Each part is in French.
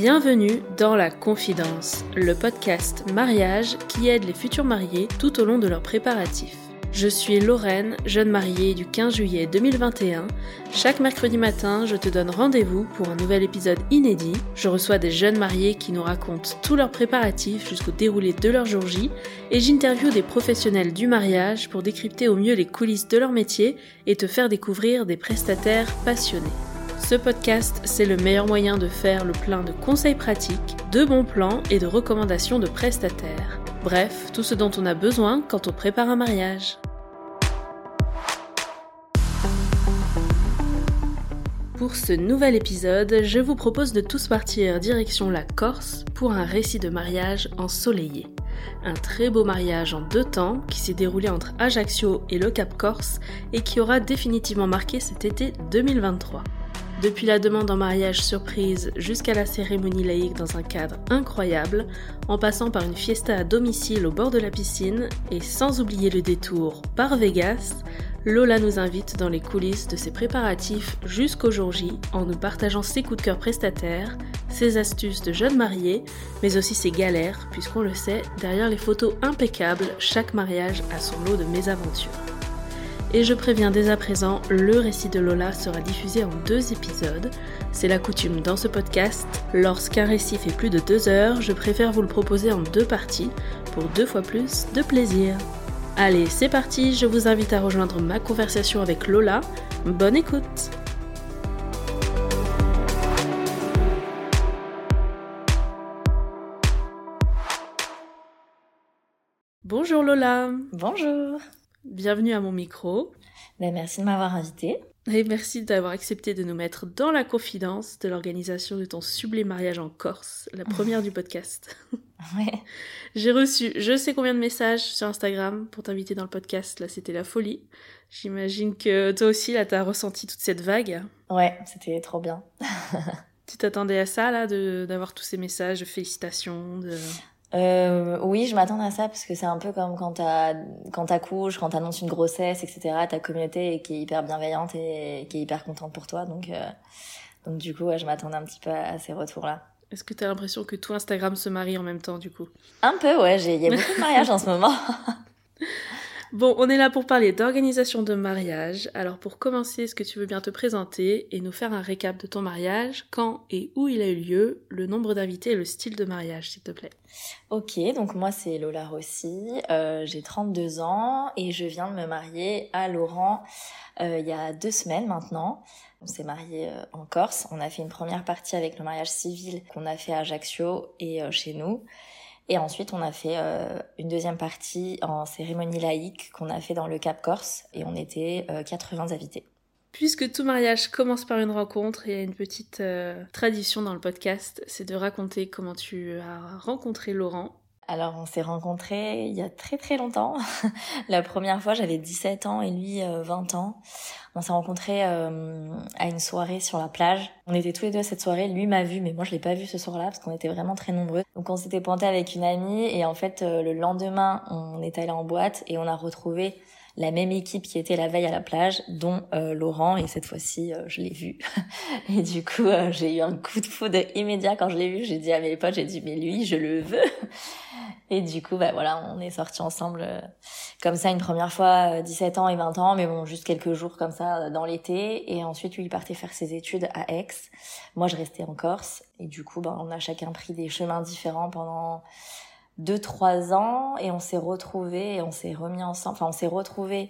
Bienvenue dans La Confidence, le podcast mariage qui aide les futurs mariés tout au long de leurs préparatifs. Je suis Lorraine, jeune mariée du 15 juillet 2021. Chaque mercredi matin, je te donne rendez-vous pour un nouvel épisode inédit. Je reçois des jeunes mariés qui nous racontent tous leurs préparatifs jusqu'au déroulé de leur jour J et j'interviewe des professionnels du mariage pour décrypter au mieux les coulisses de leur métier et te faire découvrir des prestataires passionnés. Ce podcast, c'est le meilleur moyen de faire le plein de conseils pratiques, de bons plans et de recommandations de prestataires. Bref, tout ce dont on a besoin quand on prépare un mariage. Pour ce nouvel épisode, je vous propose de tous partir direction la Corse pour un récit de mariage ensoleillé. Un très beau mariage en 2 temps qui s'est déroulé entre Ajaccio et le Cap Corse et qui aura définitivement marqué cet été 2023. Depuis la demande en mariage surprise jusqu'à la cérémonie laïque dans un cadre incroyable, en passant par une fiesta à domicile au bord de la piscine et sans oublier le détour par Vegas, Lola nous invite dans les coulisses de ses préparatifs jusqu'au jour J en nous partageant ses coups de cœur prestataires, ses astuces de jeunes mariés, mais aussi ses galères puisqu'on le sait, derrière les photos impeccables, chaque mariage a son lot de mésaventures. Et je préviens dès à présent, le récit de Lola sera diffusé en 2 épisodes. C'est la coutume dans ce podcast. Lorsqu'un récit fait plus de 2 heures, je préfère vous le proposer en 2 parties pour 2 fois plus de plaisir. Allez, c'est parti, je vous invite à rejoindre ma conversation avec Lola. Bonne écoute! Bonjour Lola! Bonjour! Bienvenue à mon micro. Merci de m'avoir invitée. Et merci d'avoir accepté de nous mettre dans la confidence de l'organisation de ton sublime mariage en Corse, la première du podcast. Ouais. J'ai reçu je sais combien de messages sur Instagram pour t'inviter dans le podcast, là c'était la folie. J'imagine que toi aussi là t'as ressenti toute cette vague. Ouais, c'était trop bien. Tu t'attendais à ça là, d'avoir tous ces messages de félicitations Oui, je m'attendais à ça parce que c'est un peu comme quand t'accouches, quand t'annonces une grossesse, etc. Ta communauté qui est hyper bienveillante et qui est hyper contente pour toi. Donc du coup, ouais, je m'attendais un petit peu à ces retours-là. Est-ce que t'as l'impression que tout Instagram se marie en même temps du coup? Un peu, ouais. Il y a beaucoup de mariages en ce moment. Bon, on est là pour parler d'organisation de mariage. Alors pour commencer, est-ce que tu veux bien te présenter et nous faire un récap de ton mariage, quand et où il a eu lieu, le nombre d'invités et le style de mariage, s'il te plaît? Ok, donc moi c'est Lola Rossi, j'ai 32 ans et je viens de me marier à Laurent il y a 2 semaines maintenant. On s'est mariés en Corse, on a fait une première partie avec le mariage civil qu'on a fait à Ajaccio et chez nous. Et ensuite, on a fait une deuxième partie en cérémonie laïque qu'on a fait dans le Cap Corse et on était 80 invités. Puisque tout mariage commence par une rencontre, il y a une petite tradition dans le podcast, c'est de raconter comment tu as rencontré Laurent. Alors, on s'est rencontrés il y a très très longtemps. La première fois, j'avais 17 ans et lui 20 ans. On s'est rencontrés à une soirée sur la plage. On était tous les deux à cette soirée. Lui m'a vu, mais moi je l'ai pas vu ce soir-là parce qu'on était vraiment très nombreux. Donc on s'était pointé avec une amie et en fait le lendemain, on est allé en boîte et on a retrouvé la même équipe qui était la veille à la plage, dont Laurent, et cette fois-ci, je l'ai vu. Et du coup, j'ai eu un coup de foudre immédiat quand je l'ai vu. J'ai dit à mes potes, mais lui, je le veux. Et du coup, voilà, on est sortis ensemble comme ça une première fois, 17 ans et 20 ans, mais bon, juste quelques jours comme ça dans l'été. Et ensuite, lui, il partait faire ses études à Aix. Moi, je restais en Corse. Et du coup, on a chacun pris des chemins différents pendant 2-3 ans et on s'est retrouvés et on s'est remis ensemble. Enfin, on s'est retrouvés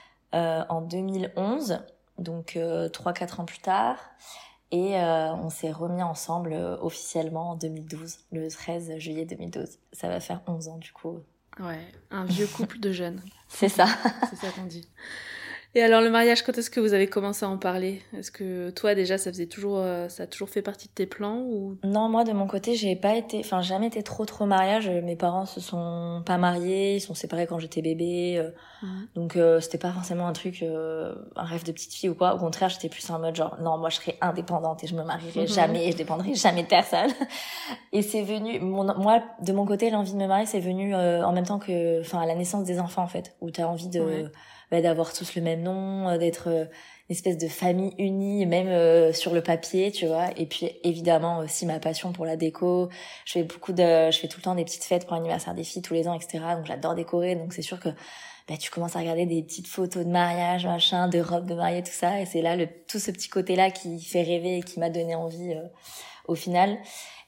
en 2011, donc 3-4 ans plus tard. Et on s'est remis ensemble officiellement en 2012, le 13 juillet 2012. Ça va faire 11 ans du coup. Ouais, un vieux couple de jeunes. C'est ça. C'est ça qu'on dit. Et alors le mariage, quand est-ce que vous avez commencé à en parler? Est-ce que toi déjà ça a toujours fait partie de tes plans ou... Non, moi de mon côté jamais été trop mariage. Mes parents se sont pas mariés, ils sont séparés quand j'étais bébé, donc c'était pas forcément un truc, un rêve de petite fille ou quoi. Au contraire, j'étais plus en mode genre non, moi je serai indépendante et je me marierai jamais, et je dépendrai jamais de personne. Et c'est venu, moi de mon côté, l'envie de me marier c'est venu en même temps que, à la naissance des enfants en fait, où t'as envie de d'avoir tous le même nom, d'être une espèce de famille unie, même sur le papier, tu vois. Et puis évidemment aussi ma passion pour la déco. Je fais tout le temps des petites fêtes pour l'anniversaire des filles tous les ans, etc. Donc j'adore décorer. Donc c'est sûr que tu commences à regarder des petites photos de mariage, machin, de robes de mariée, tout ça. Et c'est là tout ce petit côté-là qui fait rêver et qui m'a donné envie au final.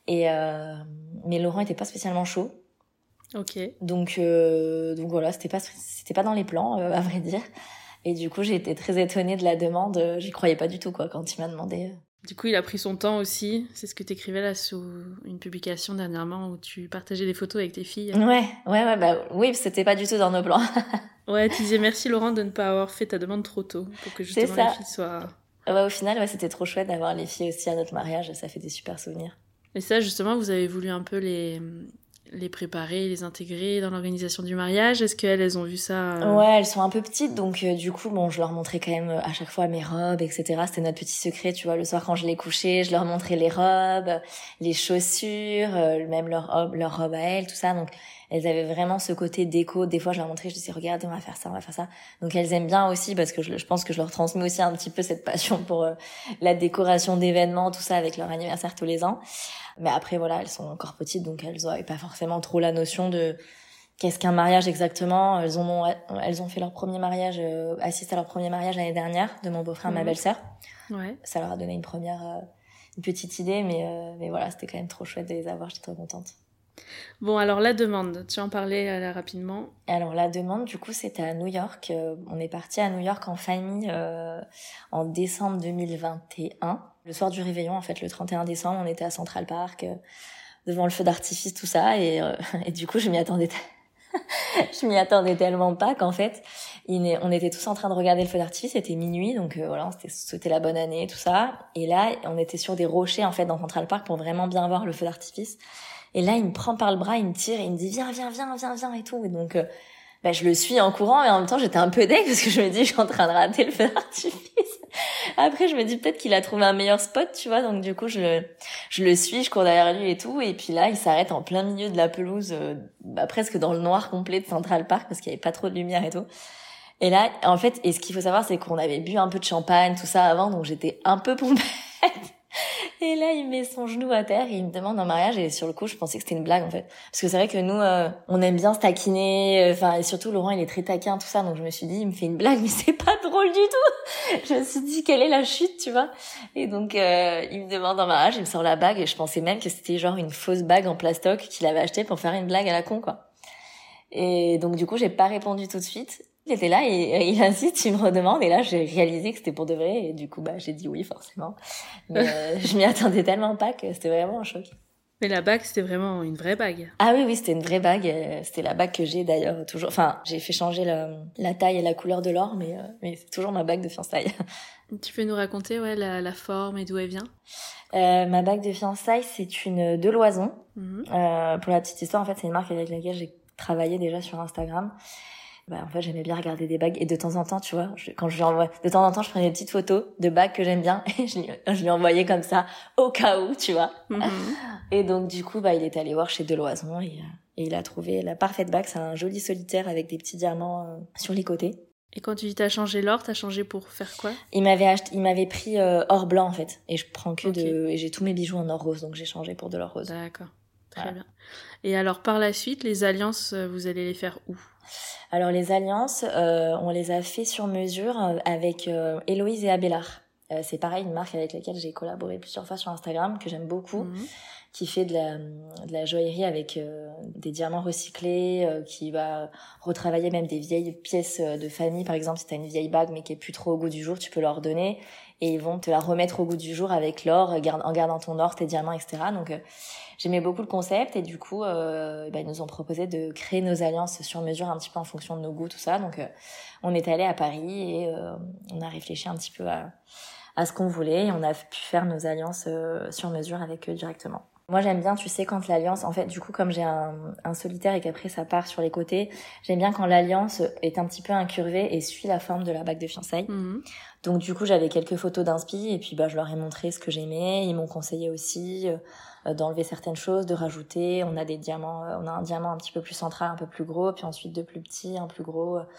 Mais Laurent était pas spécialement chaud. Ok. Donc voilà, c'était pas dans les plans, à vrai dire. Et du coup, j'ai été très étonnée de la demande. J'y croyais pas du tout, quoi, quand il m'a demandé. Du coup, il a pris son temps aussi. C'est ce que t'écrivais là sous une publication dernièrement où tu partageais des photos avec tes filles. Ouais, oui, c'était pas du tout dans nos plans. Ouais, tu disais merci Laurent de ne pas avoir fait ta demande trop tôt pour que justement les filles soient... Ouais, au final, c'était trop chouette d'avoir les filles aussi à notre mariage. Ça fait des super souvenirs. Et ça, justement, vous avez voulu un peu les préparer, les intégrer dans l'organisation du mariage. Est-ce qu'elles ont vu ça Ouais, elles sont un peu petites, donc du coup, bon, je leur montrais quand même à chaque fois mes robes, etc. C'était notre petit secret, tu vois. Le soir, quand je les couchais, je leur montrais les robes, les chaussures, même leur robe à elles, tout ça. Donc, elles avaient vraiment ce côté déco. Des fois, je leur montrais, je disais, regarde, on va faire ça, on va faire ça. Donc, elles aiment bien aussi parce que je pense que je leur transmets aussi un petit peu cette passion pour la décoration d'événements, tout ça, avec leur anniversaire tous les ans. Mais après, voilà, elles sont encore petites, donc elles n'avaient pas forcément trop la notion de qu'est-ce qu'un mariage exactement. Elles ont fait leur premier mariage, assisté à leur premier mariage l'année dernière, de mon beau-frère et ma belle-sœur. Ouais. Ça leur a donné une petite idée, mais voilà, c'était quand même trop chouette de les avoir, j'étais trop contente. Bon, alors la demande, tu en parlais là rapidement. Alors la demande, du coup, c'était à New York. On est parti à New York en famille en décembre 2021. Le soir du réveillon, en fait, le 31 décembre, on était à Central Park, devant le feu d'artifice, tout ça. Et du coup, je m'y attendais tellement pas qu'en fait, on était tous en train de regarder le feu d'artifice. C'était minuit, donc voilà, on s'était souhaité la bonne année, tout ça. Et là, on était sur des rochers, en fait, dans Central Park pour vraiment bien voir le feu d'artifice. Et là, il me prend par le bras, il me tire et il me dit viens et tout. Et donc je le suis en courant, mais en même temps j'étais un peu deg parce que je me dis je suis en train de rater le feu d'artifice. Après je me dis peut-être qu'il a trouvé un meilleur spot, tu vois. Donc du coup je le suis, je cours derrière lui et tout. Et puis là il s'arrête en plein milieu de la pelouse, presque dans le noir complet de Central Park parce qu'il y avait pas trop de lumière et tout. Et là en fait, et ce qu'il faut savoir c'est qu'on avait bu un peu de champagne, tout ça avant, donc j'étais un peu pompette. Et là, il met son genou à terre et il me demande en mariage. Et sur le coup, je pensais que c'était une blague, en fait. Parce que c'est vrai que nous, on aime bien se taquiner. Enfin, et surtout, Laurent, il est très taquin, tout ça. Donc, je me suis dit, il me fait une blague, mais c'est pas drôle du tout. Je me suis dit, quelle est la chute, tu vois? Et donc, il me demande en mariage, il me sort la bague. Et je pensais même que c'était genre une fausse bague en plastoc qu'il avait achetée pour faire une blague à la con, quoi. Et donc, du coup, j'ai pas répondu tout de suite. Il était là et il insiste, il me redemande et là j'ai réalisé que c'était pour de vrai et du coup j'ai dit oui forcément. Mais je m'y attendais tellement pas que c'était vraiment un choc. Mais la bague c'était vraiment une vraie bague. Ah oui c'était une vraie bague, c'était la bague que j'ai d'ailleurs toujours. Enfin j'ai fait changer la taille et la couleur de l'or mais c'est toujours ma bague de fiançailles. Tu peux nous raconter la forme et d'où elle vient? Ma bague de fiançailles c'est une Deloison. Mm-hmm. Pour la petite histoire en fait c'est une marque avec laquelle j'ai travaillé déjà sur Instagram. En fait, j'aimais bien regarder des bagues et de temps en temps, tu vois, quand je lui envoie, de temps en temps, je prenais des petites photos de bagues que j'aime bien et je lui envoyais comme ça au cas où, tu vois. Mm-hmm. Et donc, du coup, il est allé voir chez Deloison et il a trouvé la parfaite bague. C'est un joli solitaire avec des petits diamants sur les côtés. Et quand tu dis t'as changé l'or, t'as changé pour faire quoi? Il m'avait pris or blanc, en fait. Et je prends que et j'ai tous mes bijoux en or rose, donc j'ai changé pour de l'or rose. D'accord. Très bien. Et alors, par la suite, les alliances, vous allez les faire où? Alors les alliances, on les a fait sur mesure avec Héloïse et Abélard. C'est pareil, une marque avec laquelle j'ai collaboré plusieurs fois sur Instagram, que j'aime beaucoup, qui fait de la joaillerie avec des diamants recyclés, qui va retravailler même des vieilles pièces de famille. Par exemple, si t'as une vieille bague mais qui est plus trop au goût du jour, tu peux leur donner et ils vont te la remettre au goût du jour avec l'or, en gardant ton or, tes diamants, etc. Donc j'aimais beaucoup le concept et du coup ils nous ont proposé de créer nos alliances sur mesure un petit peu en fonction de nos goûts, tout ça. Donc on est allé à Paris et on a réfléchi un petit peu à ce qu'on voulait et on a pu faire nos alliances sur mesure avec eux directement. Moi j'aime bien, tu sais, quand l'alliance, en fait du coup comme j'ai un solitaire et qu'après ça part sur les côtés, j'aime bien quand l'alliance est un petit peu incurvée et suit la forme de la bague de fiançailles. Donc du coup j'avais quelques photos d'inspi et puis je leur ai montré ce que j'aimais, ils m'ont conseillé aussi d'enlever certaines choses, de rajouter. On a des diamants, on a un diamant un petit peu plus central, un peu plus gros, puis ensuite deux plus petits, un plus gros.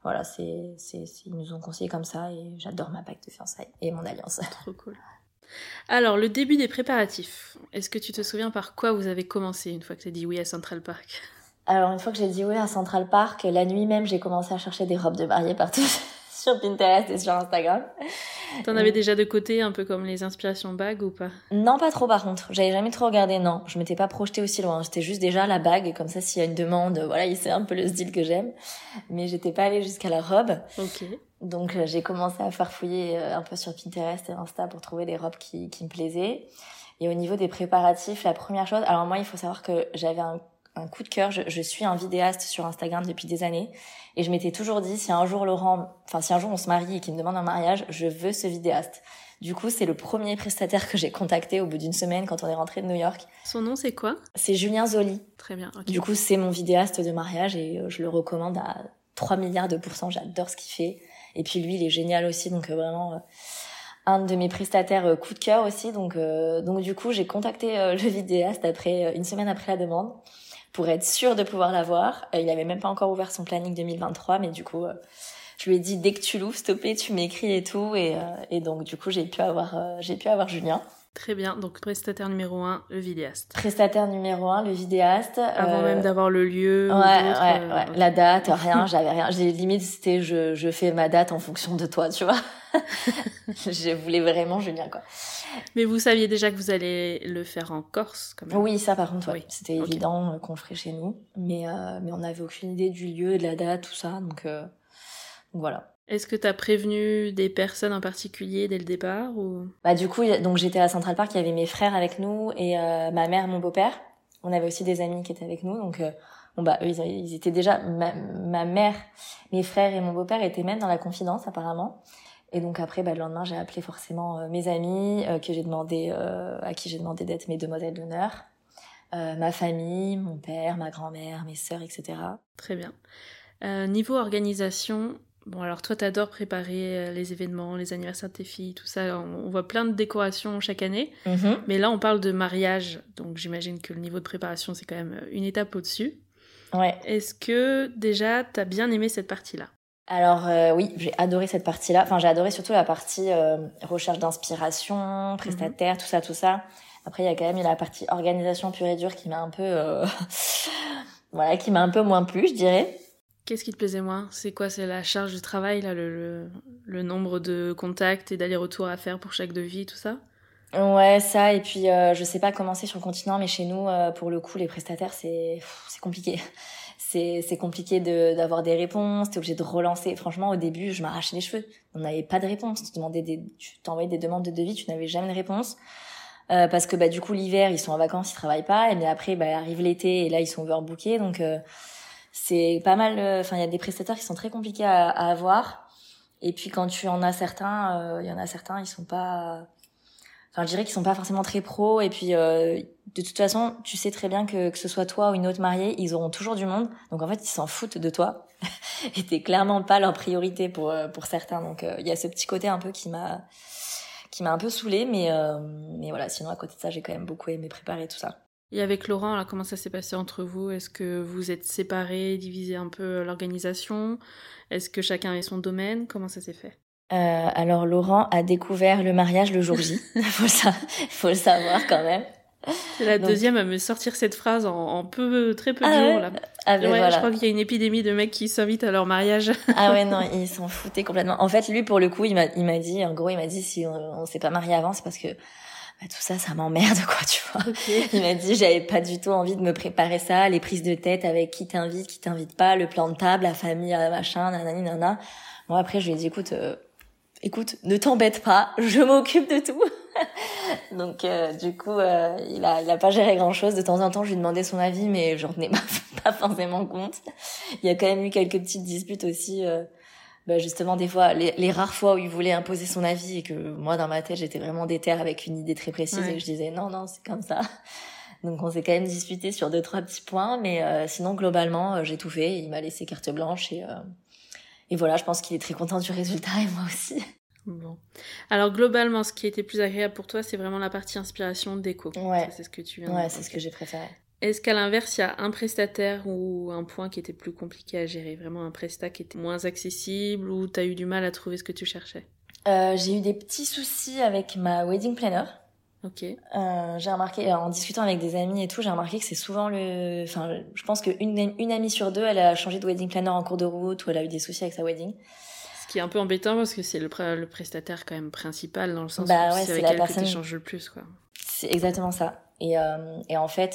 Voilà, ils nous ont conseillé comme ça et j'adore ma bague de fiançailles et mon alliance. Trop cool. Alors, le début des préparatifs. Est-ce que tu te souviens par quoi vous avez commencé une fois que tu as dit oui à Central Park ? Alors, une fois que j'ai dit oui à Central Park, la nuit même, j'ai commencé à chercher des robes de mariée partout sur Pinterest et sur Instagram. T'en avais déjà de côté, un peu comme les inspirations bagues ou pas ? Non, pas trop par contre. J'avais jamais trop regardé, non. Je m'étais pas projetée aussi loin. J'étais juste déjà la bague, comme ça s'il y a une demande, voilà, c'est un peu le style que j'aime. Mais j'étais pas allée jusqu'à la robe. Ok. Donc j'ai commencé à farfouiller un peu sur Pinterest et Insta pour trouver des robes qui me plaisaient. Et au niveau des préparatifs, la première chose... Alors moi, il faut savoir que j'avais un coup de cœur. Je suis un vidéaste sur Instagram depuis des années. Et je m'étais toujours dit, si un jour on se marie et qu'il me demande un mariage, je veux ce vidéaste. Du coup, c'est le premier prestataire que j'ai contacté au bout d'une semaine quand on est rentré de New York. Son nom, c'est quoi ? C'est Julien Zoli. Très bien, ok. Du coup, c'est mon vidéaste de mariage et je le recommande à 3 milliards de %. J'adore ce qu'il fait. Et puis lui, il est génial aussi, donc vraiment un de mes prestataires coup de cœur aussi. Donc du coup, j'ai contacté le vidéaste une semaine après la demande pour être sûre de pouvoir l'avoir. Il avait même pas encore ouvert son planning 2023, mais du coup, je lui ai dit dès que tu l'ouvres, s'il te plaît, tu m'écris et tout. Et donc du coup, j'ai pu avoir Julien. Très bien, donc prestataire numéro 1, le vidéaste. Prestataire numéro 1, le vidéaste. Avant même d'avoir le lieu ou ouais, d'autres, la date, rien, j'avais rien. Limite, c'était je fais ma date en fonction de toi, tu vois. Je voulais vraiment Julien, quoi. Mais vous saviez déjà que vous allez le faire en Corse, quand même ? Oui, ça par contre, ouais. Oui. C'était évident qu'on le ferait chez nous. Mais on n'avait aucune idée du lieu, de la date, tout ça, donc voilà. Est-ce que t'as prévenu des personnes en particulier dès le départ ou... Bah du coup, donc j'étais à Central Park, il y avait mes frères avec nous et ma mère, mon beau-père. On avait aussi des amis qui étaient avec nous, donc eux ils étaient déjà ma mère, mes frères et mon beau-père étaient même dans la confidence apparemment. Et donc après, le lendemain, j'ai appelé forcément mes amis à qui j'ai demandé d'être mes demoiselles d'honneur, ma famille, mon père, ma grand-mère, mes sœurs, etc. Très bien. Niveau organisation. Bon, alors toi, t'adores préparer les événements, les anniversaires de tes filles, tout ça. On voit plein de décorations chaque année. Mm-hmm. Mais là, on parle de mariage. Donc, j'imagine que le niveau de préparation, c'est quand même une étape au-dessus. Ouais. Est-ce que, déjà, t'as bien aimé cette partie-là ? Alors, oui, j'ai adoré cette partie-là. Enfin, j'ai adoré surtout la partie recherche d'inspiration, prestataire, tout ça. Après, il y a quand même la partie organisation pure et dure qui m'a un peu... qui m'a un peu moins plu, je dirais. Qu'est-ce qui te plaisait moins ? C'est quoi ? C'est la charge du travail, là, le nombre de contacts et d'allers-retours à faire pour chaque devis, tout ça ? Ouais, ça. Et puis, je sais pas comment c'est sur le continent, mais chez nous, pour le coup, les prestataires, c'est compliqué. C'est compliqué d'avoir des réponses. T'es obligé de relancer. Franchement, au début, je m'arrachais les cheveux. On n'avait pas de réponse. Tu t'envoyais des demandes de devis, tu n'avais jamais de réponse. Parce que du coup, l'hiver, ils sont en vacances, ils travaillent pas. Et mais après, arrive l'été et là, ils sont overbookés. Donc c'est pas mal. Enfin, il y a des prestataires qui sont très compliqués à avoir. Et puis quand tu en as certains, il y en a certains, ils sont pas. Enfin, je dirais qu'ils sont pas forcément très pros. Et puis de toute façon, tu sais très bien que ce soit toi ou une autre mariée, ils auront toujours du monde. Donc en fait, ils s'en foutent de toi. Et t'es clairement pas leur priorité pour certains. Donc il y a ce petit côté un peu qui m'a un peu saoulée, mais voilà. Sinon à côté de ça, j'ai quand même beaucoup aimé préparer tout ça. Et avec Laurent, là, comment ça s'est passé entre vous ? Est-ce que vous êtes séparés, divisé un peu l'organisation ? Est-ce que chacun avait son domaine ? Comment ça s'est fait ? Alors Laurent a découvert le mariage le jour J. faut le savoir quand même. C'est la deuxième à me sortir cette phrase en très peu de jours, là. Voilà. Je crois qu'il y a une épidémie de mecs qui s'invitent à leur mariage. Ah ouais, non, ils s'en foutaient complètement. En fait, lui, pour le coup, il m'a dit, en gros, si on s'est pas marié avant, c'est parce que tout ça m'emmerde, quoi, tu vois. Okay. Il m'a dit, j'avais pas du tout envie de me préparer ça, les prises de tête avec qui t'invite pas, le plan de table, la famille, machin, nanani, nana. Moi, après, je lui ai dit, écoute, ne t'embête pas, je m'occupe de tout. Donc, du coup, il a pas géré grand chose. De temps en temps, je lui demandais son avis, mais j'en tenais pas forcément compte. Il y a quand même eu quelques petites disputes aussi, justement, des fois, les rares fois où il voulait imposer son avis et que moi, dans ma tête, j'étais vraiment déterre avec une idée très précise et que je disais non, c'est comme ça. Donc, on s'est quand même disputé sur 2-3 petits points, mais sinon, globalement, j'ai tout fait. Il m'a laissé carte blanche et voilà, je pense qu'il est très content du résultat et moi aussi. Bon. Alors globalement, ce qui était plus agréable pour toi, c'est vraiment la partie inspiration déco. Ouais. Ça, c'est ce que tu viens de Ouais, dire. c'est ce que j'ai préféré. Est-ce qu'à l'inverse, il y a un prestataire ou un point qui était plus compliqué à gérer? Vraiment un prestat qui était moins accessible ou t'as eu du mal à trouver ce que tu cherchais? J'ai eu des petits soucis avec ma wedding planner. Ok. J'ai remarqué, en discutant avec des amis et tout, j'ai remarqué que c'est souvent je pense qu'une amie sur deux, elle a changé de wedding planner en cours de route ou elle a eu des soucis avec sa wedding. Ce qui est un peu embêtant parce que c'est le prestataire quand même principal dans le sens où Ouais, c'est avec elle que t'échanges le plus, quoi. C'est exactement ça. Et en fait,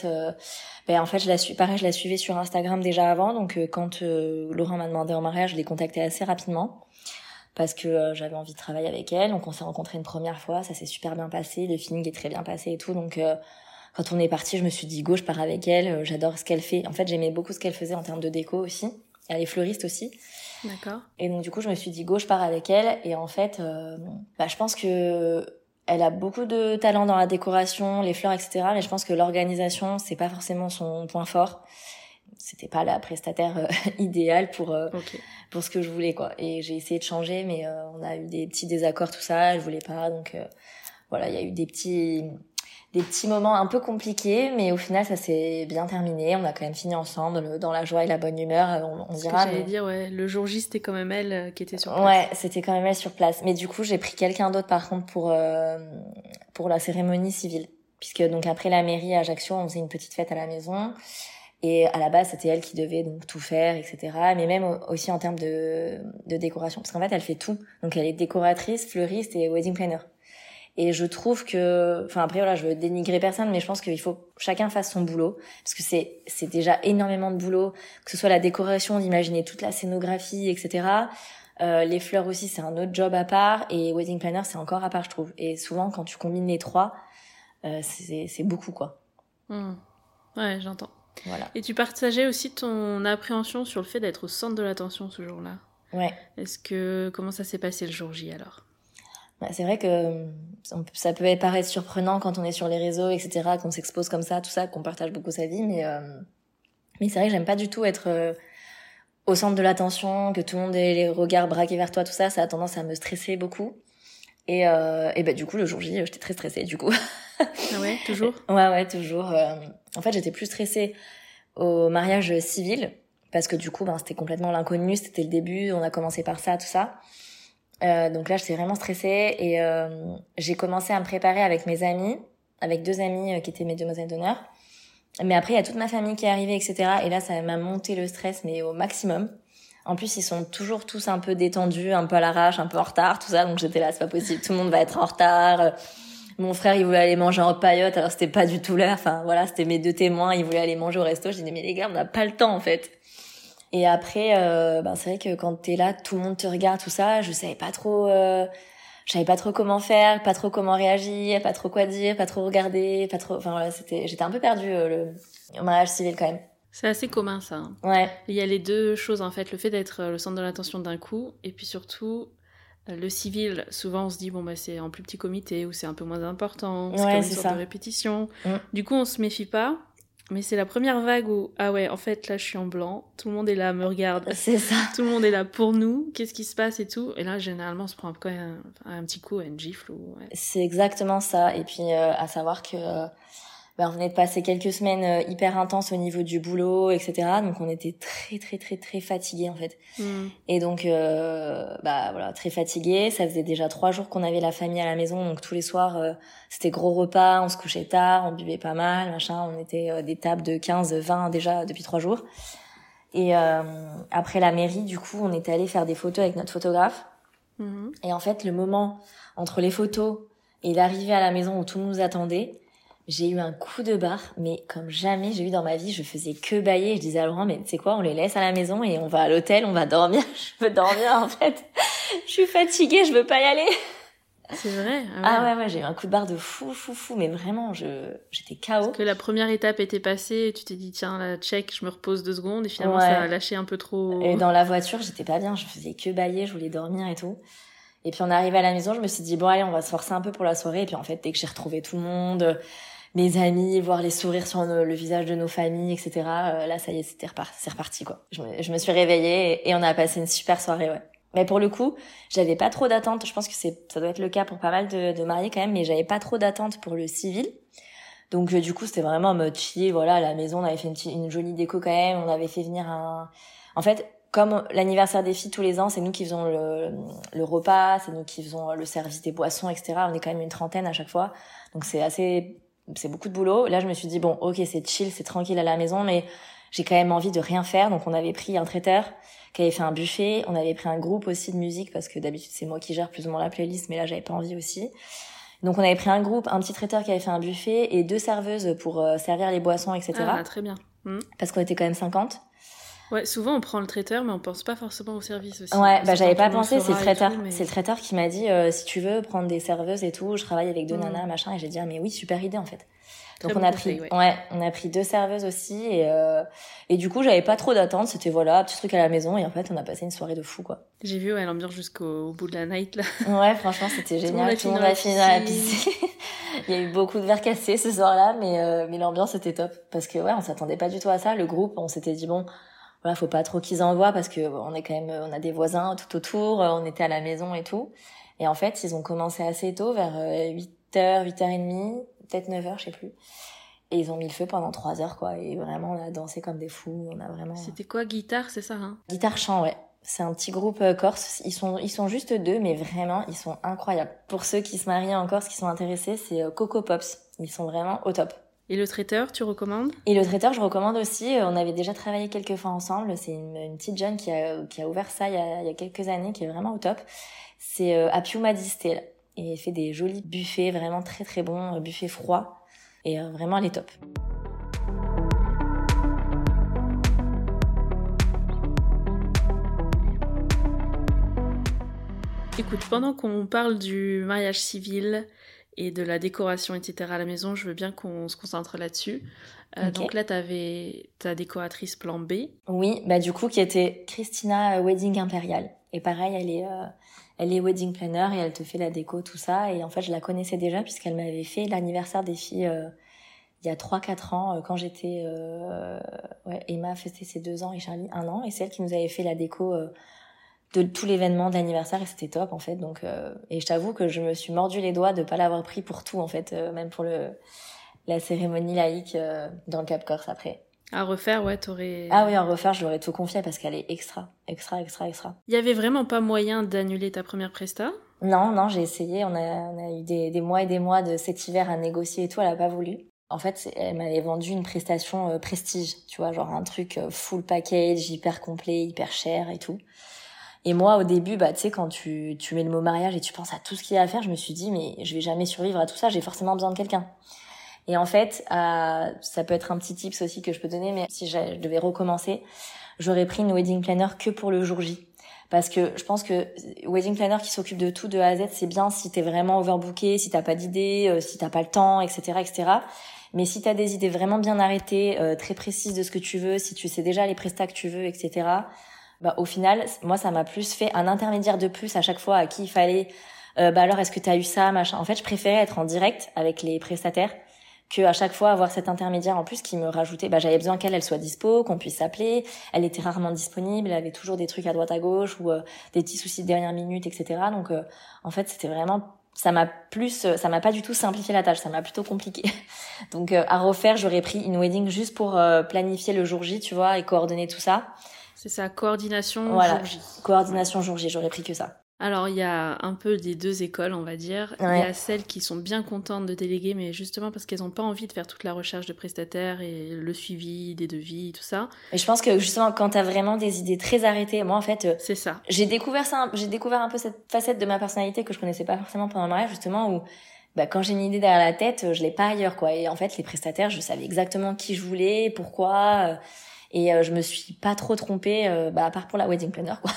je la suivais sur Instagram déjà avant. Donc quand Laurent m'a demandé en mariage, je l'ai contactée assez rapidement parce que j'avais envie de travailler avec elle. Donc on s'est rencontrés une première fois, ça s'est super bien passé, le feeling est très bien passé et tout. Donc quand on est parti, je me suis dit go, je pars avec elle. J'adore ce qu'elle fait. En fait, j'aimais beaucoup ce qu'elle faisait en termes de déco aussi. Elle est fleuriste aussi. D'accord. Et donc du coup, je me suis dit go, je pars avec elle. Et en fait, je pense que elle a beaucoup de talent dans la décoration, les fleurs, etc. Mais je pense que l'organisation, c'est pas forcément son point fort. C'était pas la prestataire idéale pour ce que je voulais, quoi. Et j'ai essayé de changer, mais on a eu des petits désaccords, tout ça. Elle voulait pas, donc voilà, il y a eu des petits moments un peu compliqués, mais au final, ça s'est bien terminé. On a quand même fini ensemble, dans la joie et la bonne humeur. On dira. J'allais dire, ouais, le jour J, c'était quand même elle qui était sur place. Ouais, c'était quand même elle sur place. Mais du coup, j'ai pris quelqu'un d'autre, par contre, pour la cérémonie civile. Puisque, donc, après la mairie à Ajaccio, on faisait une petite fête à la maison. Et à la base, c'était elle qui devait donc tout faire, etc. Mais même aussi en termes de décoration. Parce qu'en fait, elle fait tout. Donc, elle est décoratrice, fleuriste et wedding planner. Et je trouve que, enfin après voilà, je veux dénigrer personne, mais je pense qu'il faut que chacun fasse son boulot, parce que c'est déjà énormément de boulot, que ce soit la décoration, d'imaginer toute la scénographie, etc. Les fleurs aussi, c'est un autre job à part, et wedding planner, c'est encore à part, je trouve. Et souvent, quand tu combines les trois, c'est beaucoup, quoi. Ouais, j'entends. Voilà. Et tu partageais aussi ton appréhension sur le fait d'être au centre de l'attention ce jour-là. Ouais. Comment ça s'est passé le jour J alors? C'est vrai que ça peut paraître surprenant quand on est sur les réseaux, etc., qu'on s'expose comme ça, tout ça, qu'on partage beaucoup sa vie, mais c'est vrai que j'aime pas du tout être au centre de l'attention, que tout le monde ait les regards braqués vers toi, tout ça, ça a tendance à me stresser beaucoup. Et du coup, le jour J, j'étais très stressée, du coup. Ah ouais, toujours? Ouais, toujours. En fait, j'étais plus stressée au mariage civil, parce que du coup, c'était complètement l'inconnu, c'était le début, on a commencé par ça, tout ça. Donc là, j'étais vraiment stressée et j'ai commencé à me préparer avec mes amis, avec 2 amis qui étaient mes demoiselles d'honneur. Mais après, il y a toute ma famille qui est arrivée, etc. Et là, ça m'a monté le stress, mais au maximum. En plus, ils sont toujours tous un peu détendus, un peu à l'arrache, un peu en retard, tout ça. Donc j'étais là, c'est pas possible, tout le monde va être en retard. Mon frère, il voulait aller manger en paillote, alors c'était pas du tout l'heure. Enfin voilà, c'était mes 2 témoins, ils voulaient aller manger au resto. Je disais, mais les gars, on n'a pas le temps en fait. Et après, c'est vrai que quand t'es là, tout le monde te regarde, tout ça. Je savais pas trop comment faire, pas trop comment réagir, pas trop quoi dire, pas trop regarder, pas trop. Enfin voilà, j'étais un peu perdue au mariage civil quand même. C'est assez commun ça. Ouais. Il y a les deux choses en fait, le fait d'être le centre de l'attention d'un coup, et puis surtout le civil. Souvent on se dit c'est en plus petit comité ou c'est un peu moins important, c'est comme une sorte de répétition. Du coup on se méfie pas. Mais c'est la première vague où, ah ouais, en fait, là, je suis en blanc. Tout le monde est là, me regarde. C'est ça. Tout le monde est là pour nous. Qu'est-ce qui se passe et tout. Et là, généralement, on se prend quand même un petit coup, une gifle. Ouais. C'est exactement ça. Et puis, à savoir que on venait de passer quelques semaines hyper intenses au niveau du boulot, etc. Donc, on était très, très, très, très fatigués, en fait. Et donc, très fatigués. Ça faisait déjà 3 jours qu'on avait la famille à la maison. Donc, tous les soirs, c'était gros repas. On se couchait tard, on buvait pas mal, machin. On était des tables de 15, 20 déjà depuis 3 jours. Et après la mairie, du coup, on était allé faire des photos avec notre photographe. Et en fait, le moment entre les photos et l'arrivée à la maison où tout nous attendait, j'ai eu un coup de barre, mais comme jamais j'ai eu dans ma vie. Je faisais que bâiller. Je disais à Laurent, mais tu sais quoi, on les laisse à la maison et on va à l'hôtel, on va dormir. Je veux dormir, en fait. Je suis fatiguée, je veux pas y aller. C'est vrai? Ah ouais, j'ai eu un coup de barre de fou. Mais vraiment, j'étais KO. Parce que la première étape était passée et tu t'es dit, tiens, là, check, je me repose 2 secondes. Et finalement, ça a lâché un peu trop. Et dans la voiture, j'étais pas bien. Je faisais que bâiller, je voulais dormir et tout. Et puis on est arrivé à la maison, je me suis dit, bon allez, on va se forcer un peu pour la soirée. Et puis en fait, dès que j'ai retrouvé tout le monde, mes amis, voir les sourires sur le visage de nos familles, etc. Là, ça y est, c'est reparti, quoi. Je me suis réveillée et on a passé une super soirée, ouais. Mais pour le coup, j'avais pas trop d'attente. Je pense que ça doit être le cas pour pas mal de mariés quand même, mais j'avais pas trop d'attente pour le civil. Donc du coup, c'était vraiment en mode chill, voilà, à la maison, on avait fait une jolie déco quand même, on avait fait venir En fait, comme l'anniversaire des filles tous les ans, c'est nous qui faisons le repas, c'est nous qui faisons le service des boissons, etc. On est quand même une trentaine à chaque fois, donc c'est beaucoup de boulot. Là, je me suis dit, bon, ok, c'est chill, c'est tranquille à la maison, mais j'ai quand même envie de rien faire, donc on avait pris un traiteur qui avait fait un buffet, on avait pris un groupe aussi de musique, parce que d'habitude, c'est moi qui gère plus ou moins la playlist, mais là, j'avais pas envie aussi. Donc on avait pris un groupe, un petit traiteur qui avait fait un buffet et 2 serveuses pour servir les boissons, etc. Ah, très bien. Parce qu'on était quand même 50. Ouais, souvent on prend le traiteur, mais on pense pas forcément au service aussi. Ouais, j'avais pas pensé, c'est le traiteur. Tout, mais... C'est le traiteur qui m'a dit, si tu veux prendre des serveuses et tout, je travaille avec 2 nanas, machin, et j'ai dit, ah mais oui, super idée en fait. Donc on a pris 2 serveuses aussi, et du coup j'avais pas trop d'attente, c'était voilà, petit truc à la maison, et en fait on a passé une soirée de fou quoi. J'ai vu l'ambiance jusqu'au bout de la night là. Ouais, franchement c'était génial, tout le monde a fini dans la piscine. Il y a eu beaucoup de verres cassés ce soir-là, mais l'ambiance était top, parce que ouais, on s'attendait pas du tout à ça. Le groupe, on s'était dit bon, voilà, faut pas trop qu'ils envoient, parce que on est quand même, on a des voisins tout autour, on était à la maison et tout. Et en fait, ils ont commencé assez tôt, vers 8h, 8h30, peut-être 9h, je sais plus. Et ils ont mis le feu pendant 3 heures, quoi. Et vraiment, on a dansé comme des fous. On a vraiment... C'était quoi, guitare, c'est ça, hein? Guitare-chant, ouais. C'est un petit groupe corse. Ils sont juste 2, mais vraiment, ils sont incroyables. Pour ceux qui se marient en Corse, qui sont intéressés, c'est Coco Pops. Ils sont vraiment au top. Et le traiteur, tu recommandes? Et le traiteur, je recommande aussi. On avait déjà travaillé quelques fois ensemble. C'est une petite jeune qui a ouvert ça il y a quelques années, qui est vraiment au top. C'est à Piuma d'Istel. Et elle fait des jolis buffets, vraiment très très bons, buffets froids. Et vraiment, elle est top. Écoute, pendant qu'on parle du mariage civil et de la décoration, etc. à la maison, je veux bien qu'on se concentre là-dessus. Okay. Donc là, t'avais ta décoratrice plan B. Oui, bah du coup, qui était Christina Wedding Impérial. Et pareil, elle est wedding planner et elle te fait la déco, tout ça. Et en fait, je la connaissais déjà puisqu'elle m'avait fait l'anniversaire des filles il y a 3-4 ans, quand j'étais... Emma a fêté ses 2 ans et Charlie 1 an. Et c'est elle qui nous avait fait la déco de tout l'événement d'anniversaire et c'était top, en fait. Donc, et je t'avoue que je me suis mordu les doigts de pas l'avoir pris pour tout, en fait, même pour la cérémonie laïque dans le Cap Corse après. À refaire, ouais, t'aurais... Ah oui, à refaire, je l'aurais tout confié parce qu'elle est extra. Il y avait vraiment pas moyen d'annuler ta première presta? Non, j'ai essayé. On a eu des mois et des mois de cet hiver à négocier et tout. Elle a pas voulu. En fait, elle m'avait vendu une prestation prestige, tu vois, genre un truc full package, hyper complet, hyper cher et tout. Et moi, au début, bah, tu sais, quand tu mets le mot mariage et tu penses à tout ce qu'il y a à faire, je me suis dit, mais je vais jamais survivre à tout ça, j'ai forcément besoin de quelqu'un. Et en fait, ça peut être un petit tips aussi que je peux donner, mais si je devais recommencer, j'aurais pris une wedding planner que pour le jour J. Parce que je pense que wedding planner qui s'occupe de tout de A à Z, c'est bien si t'es vraiment overbooké, si t'as pas d'idées, si t'as pas le temps, etc., etc. Mais si t'as des idées vraiment bien arrêtées, très précises de ce que tu veux, si tu sais déjà les prestats que tu veux, etc., bah, au final, moi, ça m'a plus fait un intermédiaire de plus à chaque fois à qui il fallait, bah alors, est-ce que t'as eu ça, machin. En fait, je préférais être en direct avec les prestataires que à chaque fois avoir cet intermédiaire en plus qui me rajoutait, bah, j'avais besoin qu'elle soit dispo, qu'on puisse s'appeler. Elle était rarement disponible, elle avait toujours des trucs à droite à gauche ou des petits soucis de dernière minute, etc. Donc, en fait, c'était vraiment, ça m'a pas du tout simplifié la tâche, ça m'a plutôt compliqué. Donc, à refaire, j'aurais pris une wedding juste pour planifier le jour J, tu vois, et coordonner tout ça. C'est ça, coordination voilà, jour J. Coordination jour J, j'aurais pris que ça. Alors, il y a un peu des 2 écoles, on va dire. Ouais. Il y a celles qui sont bien contentes de déléguer, mais justement parce qu'elles n'ont pas envie de faire toute la recherche de prestataires et le suivi des devis, tout ça. Et je pense que justement, quand t'as vraiment des idées très arrêtées, moi en fait, c'est ça. J'ai découvert un peu cette facette de ma personnalité que je connaissais pas forcément pendant le mariage, justement, où bah, quand j'ai une idée derrière la tête, je l'ai pas ailleurs, quoi. Et en fait, les prestataires, je savais exactement qui je voulais, pourquoi... Et je me suis pas trop trompée, à part pour la wedding planner, quoi.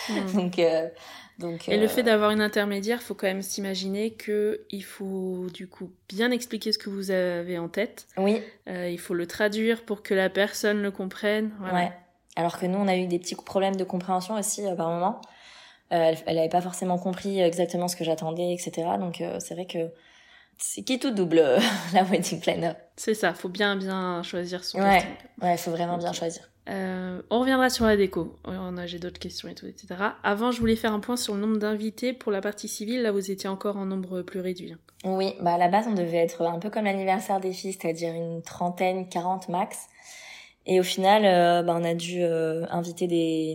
Donc, et le fait d'avoir une intermédiaire, faut quand même s'imaginer que il faut du coup bien expliquer ce que vous avez en tête. Oui. Il faut le traduire pour que la personne le comprenne. Voilà. Ouais. Alors que nous, on a eu des petits problèmes de compréhension aussi par moment. Elle avait pas forcément compris exactement ce que j'attendais, etc. Donc c'est vrai que c'est qui tout double la wedding planner. C'est ça, faut bien choisir son casting. casting. Ouais, faut vraiment bien choisir. On reviendra sur la déco. J'ai d'autres questions et tout, etc. Avant, je voulais faire un point sur le nombre d'invités pour la partie civile. Là, vous étiez encore en nombre plus réduit. Oui, à la base, on devait être un peu comme l'anniversaire des filles, c'est-à-dire une trentaine, 40 max. Et au final, on a dû inviter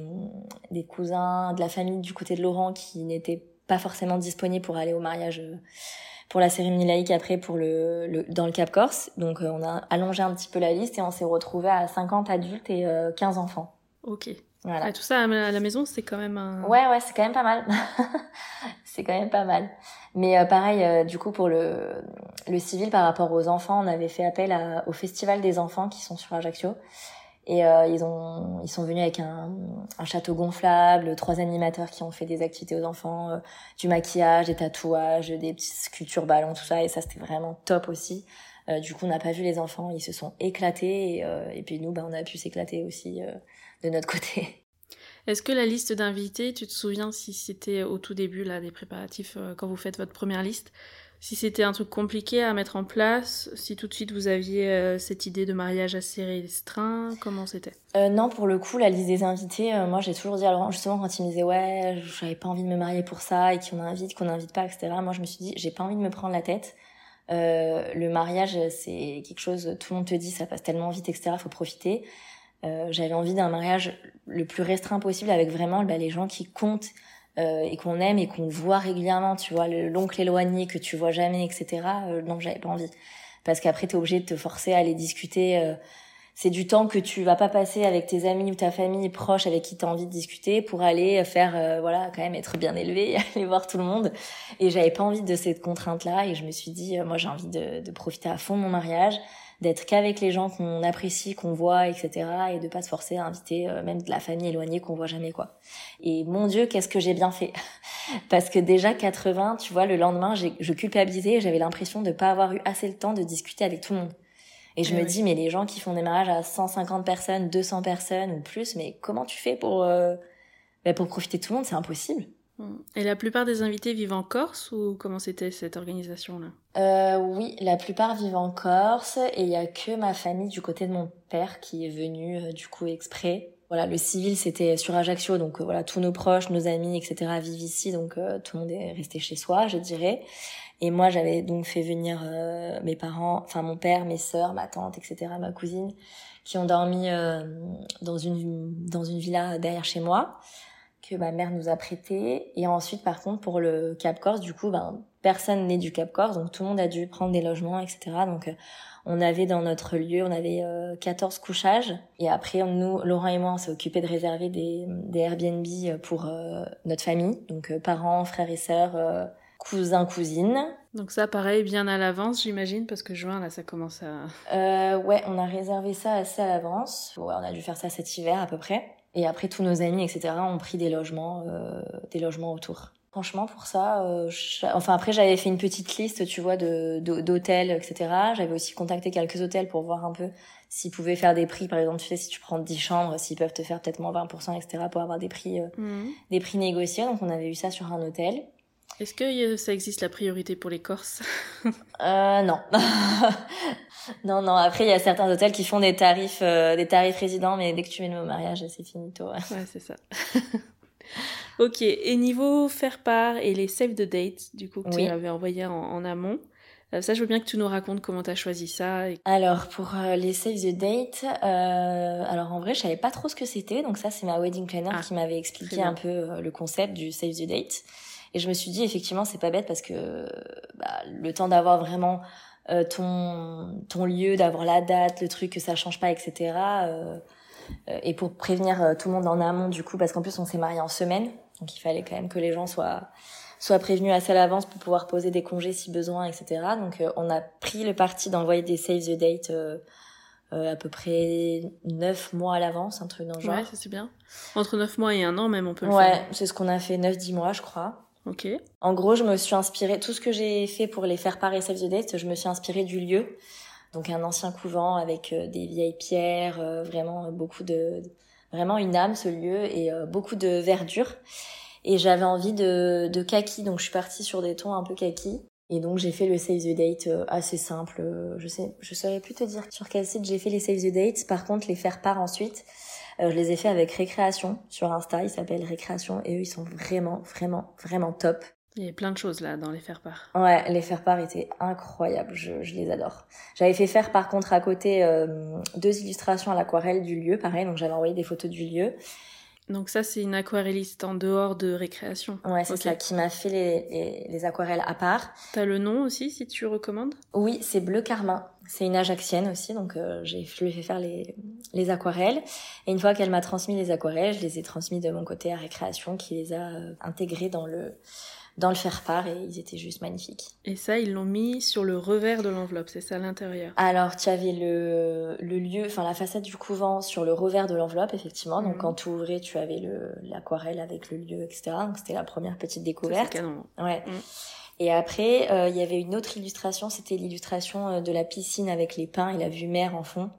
des cousins de la famille du côté de Laurent qui n'étaient pas forcément disponibles pour aller au mariage pour la cérémonie laïque après pour dans le Cap Corse. Donc on a allongé un petit peu la liste et on s'est retrouvé à 50 adultes et 15 enfants. Ok. Voilà. Tout ça à la maison, c'est quand même un... Ouais, c'est quand même pas mal. C'est quand même pas mal. Mais pareil, du coup, pour le civil, par rapport aux enfants, on avait fait appel au Festival des enfants qui sont sur Ajaccio. Et ils sont venus avec un château gonflable, 3 animateurs qui ont fait des activités aux enfants, du maquillage, des tatouages, des petites sculptures ballons, tout ça. Et ça, c'était vraiment top aussi. Du coup, on n'a pas vu les enfants, ils se sont éclatés. Et puis nous, on a pu s'éclater aussi de notre côté. Est-ce que la liste d'invités, tu te souviens si c'était au tout début là des préparatifs, quand vous faites votre première liste, si c'était un truc compliqué à mettre en place, si tout de suite vous aviez cette idée de mariage assez restreint, comment c'était ? Non, pour le coup, la liste des invités, moi j'ai toujours dit à Laurent, justement quand il me disait ouais, j'avais pas envie de me marier pour ça et qu'on n'invite pas, etc. Moi je me suis dit, j'ai pas envie de me prendre la tête. Le mariage, c'est quelque chose, tout le monde te dit, ça passe tellement vite, etc. Faut profiter. J'avais envie d'un mariage le plus restreint possible avec vraiment les gens qui comptent et qu'on aime et qu'on voit régulièrement, tu vois, l'oncle éloigné que tu vois jamais, etc. Non, j'avais pas envie. Parce qu'après, t'es obligé de te forcer à aller discuter. C'est du temps que tu vas pas passer avec tes amis ou ta famille proche avec qui t'as envie de discuter pour aller faire, quand même être bien élevé, aller voir tout le monde. Et j'avais pas envie de cette contrainte-là et je me suis dit, moi j'ai envie de profiter à fond de mon mariage, d'être qu'avec les gens qu'on apprécie, qu'on voit, etc. et de pas se forcer à inviter même de la famille éloignée qu'on voit jamais, quoi. Et mon Dieu, qu'est-ce que j'ai bien fait. Parce que déjà 80, tu vois, le lendemain, je culpabilisais et j'avais l'impression de pas avoir eu assez le temps de discuter avec tout le monde. Et je me dis, mais les gens qui font des mariages à 150 personnes, 200 personnes ou plus, mais comment tu fais pour profiter de tout le monde? C'est impossible. Et la plupart des invités vivent en Corse ou comment c'était cette organisation-là ? Oui, la plupart vivent en Corse et il y a que ma famille du côté de mon père qui est venue du coup exprès. Voilà, le civil c'était sur Ajaccio, donc voilà, tous nos proches, nos amis, etc. vivent ici, donc tout le monde est resté chez soi, je dirais. Et moi, j'avais donc fait venir mes parents, enfin mon père, mes sœurs, ma tante, etc., ma cousine, qui ont dormi dans une villa derrière chez moi, que ma mère nous a prêté. Et ensuite, par contre, pour le Cap Corse, du coup, personne n'est du Cap Corse, donc tout le monde a dû prendre des logements, etc. Donc, on avait dans notre lieu, on avait 14 couchages. Et après, nous, Laurent et moi, on s'est occupés de réserver des Airbnb pour notre famille, donc parents, frères et sœurs, cousins, cousines. Donc ça, pareil, bien à l'avance, j'imagine, parce que juin, là, ça commence à... Ouais, on a réservé ça assez à l'avance. Ouais, on a dû faire ça cet hiver, à peu près. Et après, tous nos amis, etc., ont pris des logements autour. Franchement, pour ça, après, j'avais fait une petite liste, tu vois, d'hôtels, etc. J'avais aussi contacté quelques hôtels pour voir un peu s'ils pouvaient faire des prix. Par exemple, tu sais, si tu prends 10 chambres, s'ils peuvent te faire peut-être moins 20%, etc., pour avoir des prix négociés. Donc, on avait eu ça sur un hôtel. Est-ce que ça existe la priorité pour les Corses ? Non. Non. Après, il y a certains hôtels qui font des tarifs résidents, mais dès que tu mets le mot mariage, c'est finito. Ouais, c'est ça. Ok. Et niveau faire part et les save the date, du coup, que tu avais envoyé en amont, ça, je veux bien que tu nous racontes comment tu as choisi ça. Alors, pour les save the date, alors en vrai, je savais pas trop ce que c'était. Donc ça, c'est ma wedding planner qui m'avait expliqué un peu le concept du save the date. Et je me suis dit, effectivement, c'est pas bête parce que le temps d'avoir vraiment ton lieu, d'avoir la date, le truc, que ça change pas, etc. Et pour prévenir tout le monde en amont, du coup, parce qu'en plus, on s'est mariés en semaine. Donc, il fallait quand même que les gens soient prévenus assez à l'avance pour pouvoir poser des congés si besoin, etc. Donc, on a pris le parti d'envoyer des save the date à peu près 9 mois à l'avance, un truc dans le genre. Ouais, ça c'est bien. Entre 9 mois et 1 an même, on peut le faire. Ouais, c'est ce qu'on a fait, 9-10 mois, je crois. Ok. En gros, je me suis inspirée, tout ce que j'ai fait pour les faire part et save the date, je me suis inspirée du lieu. Donc un ancien couvent avec des vieilles pierres, vraiment vraiment une âme ce lieu et beaucoup de verdure. Et j'avais envie de kaki, donc je suis partie sur des tons un peu kaki. Et donc j'ai fait le save the date assez simple. Je saurais plus te dire sur quel site j'ai fait les save the date. Par contre, les faire part ensuite, Je les ai fait avec Récréation sur Insta, ils s'appellent Récréation et eux ils sont vraiment vraiment vraiment top. Il y a plein de choses là dans les faire-part. Ouais, les faire-part étaient incroyables, je les adore. J'avais fait faire par contre à côté 2 illustrations à l'aquarelle du lieu, pareil, donc j'avais envoyé des photos du lieu. Donc ça, c'est une aquarelliste en dehors de Récréation. Ouais, c'est ça, qui m'a fait les aquarelles à part. T'as le nom aussi, si tu recommandes? Oui, c'est Bleu Carmin. C'est une Ajaccienne aussi, donc je lui ai fait faire les aquarelles. Et une fois qu'elle m'a transmis les aquarelles, je les ai transmis de mon côté à Récréation, qui les a intégrées dans le faire-part et ils étaient juste magnifiques. Et ça, ils l'ont mis sur le revers de l'enveloppe, c'est ça, à l'intérieur? Alors, tu avais le lieu, enfin la façade du couvent sur le revers de l'enveloppe, effectivement. Donc, quand tu ouvrais, tu avais l'aquarelle avec le lieu, etc. Donc, c'était la première petite découverte. Ça, c'est canon. Ouais. Et après, il y avait une autre illustration, c'était l'illustration de la piscine avec les pins et la vue mer en fond.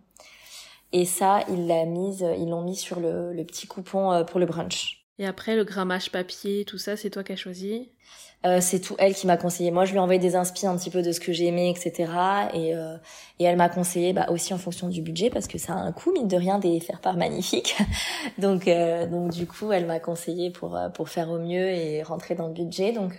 Et ça, ils l'ont mis sur le petit coupon pour le brunch. Et après, le grammage papier, tout ça, c'est toi qui as choisi? C'est tout elle qui m'a conseillé. Moi, je lui ai envoyé des inspi un petit peu de ce que j'aimais, etc. Et elle m'a conseillé aussi en fonction du budget, parce que ça a un coût, mine de rien, des faire-part magnifiques. donc du coup, elle m'a conseillé pour faire au mieux et rentrer dans le budget. Donc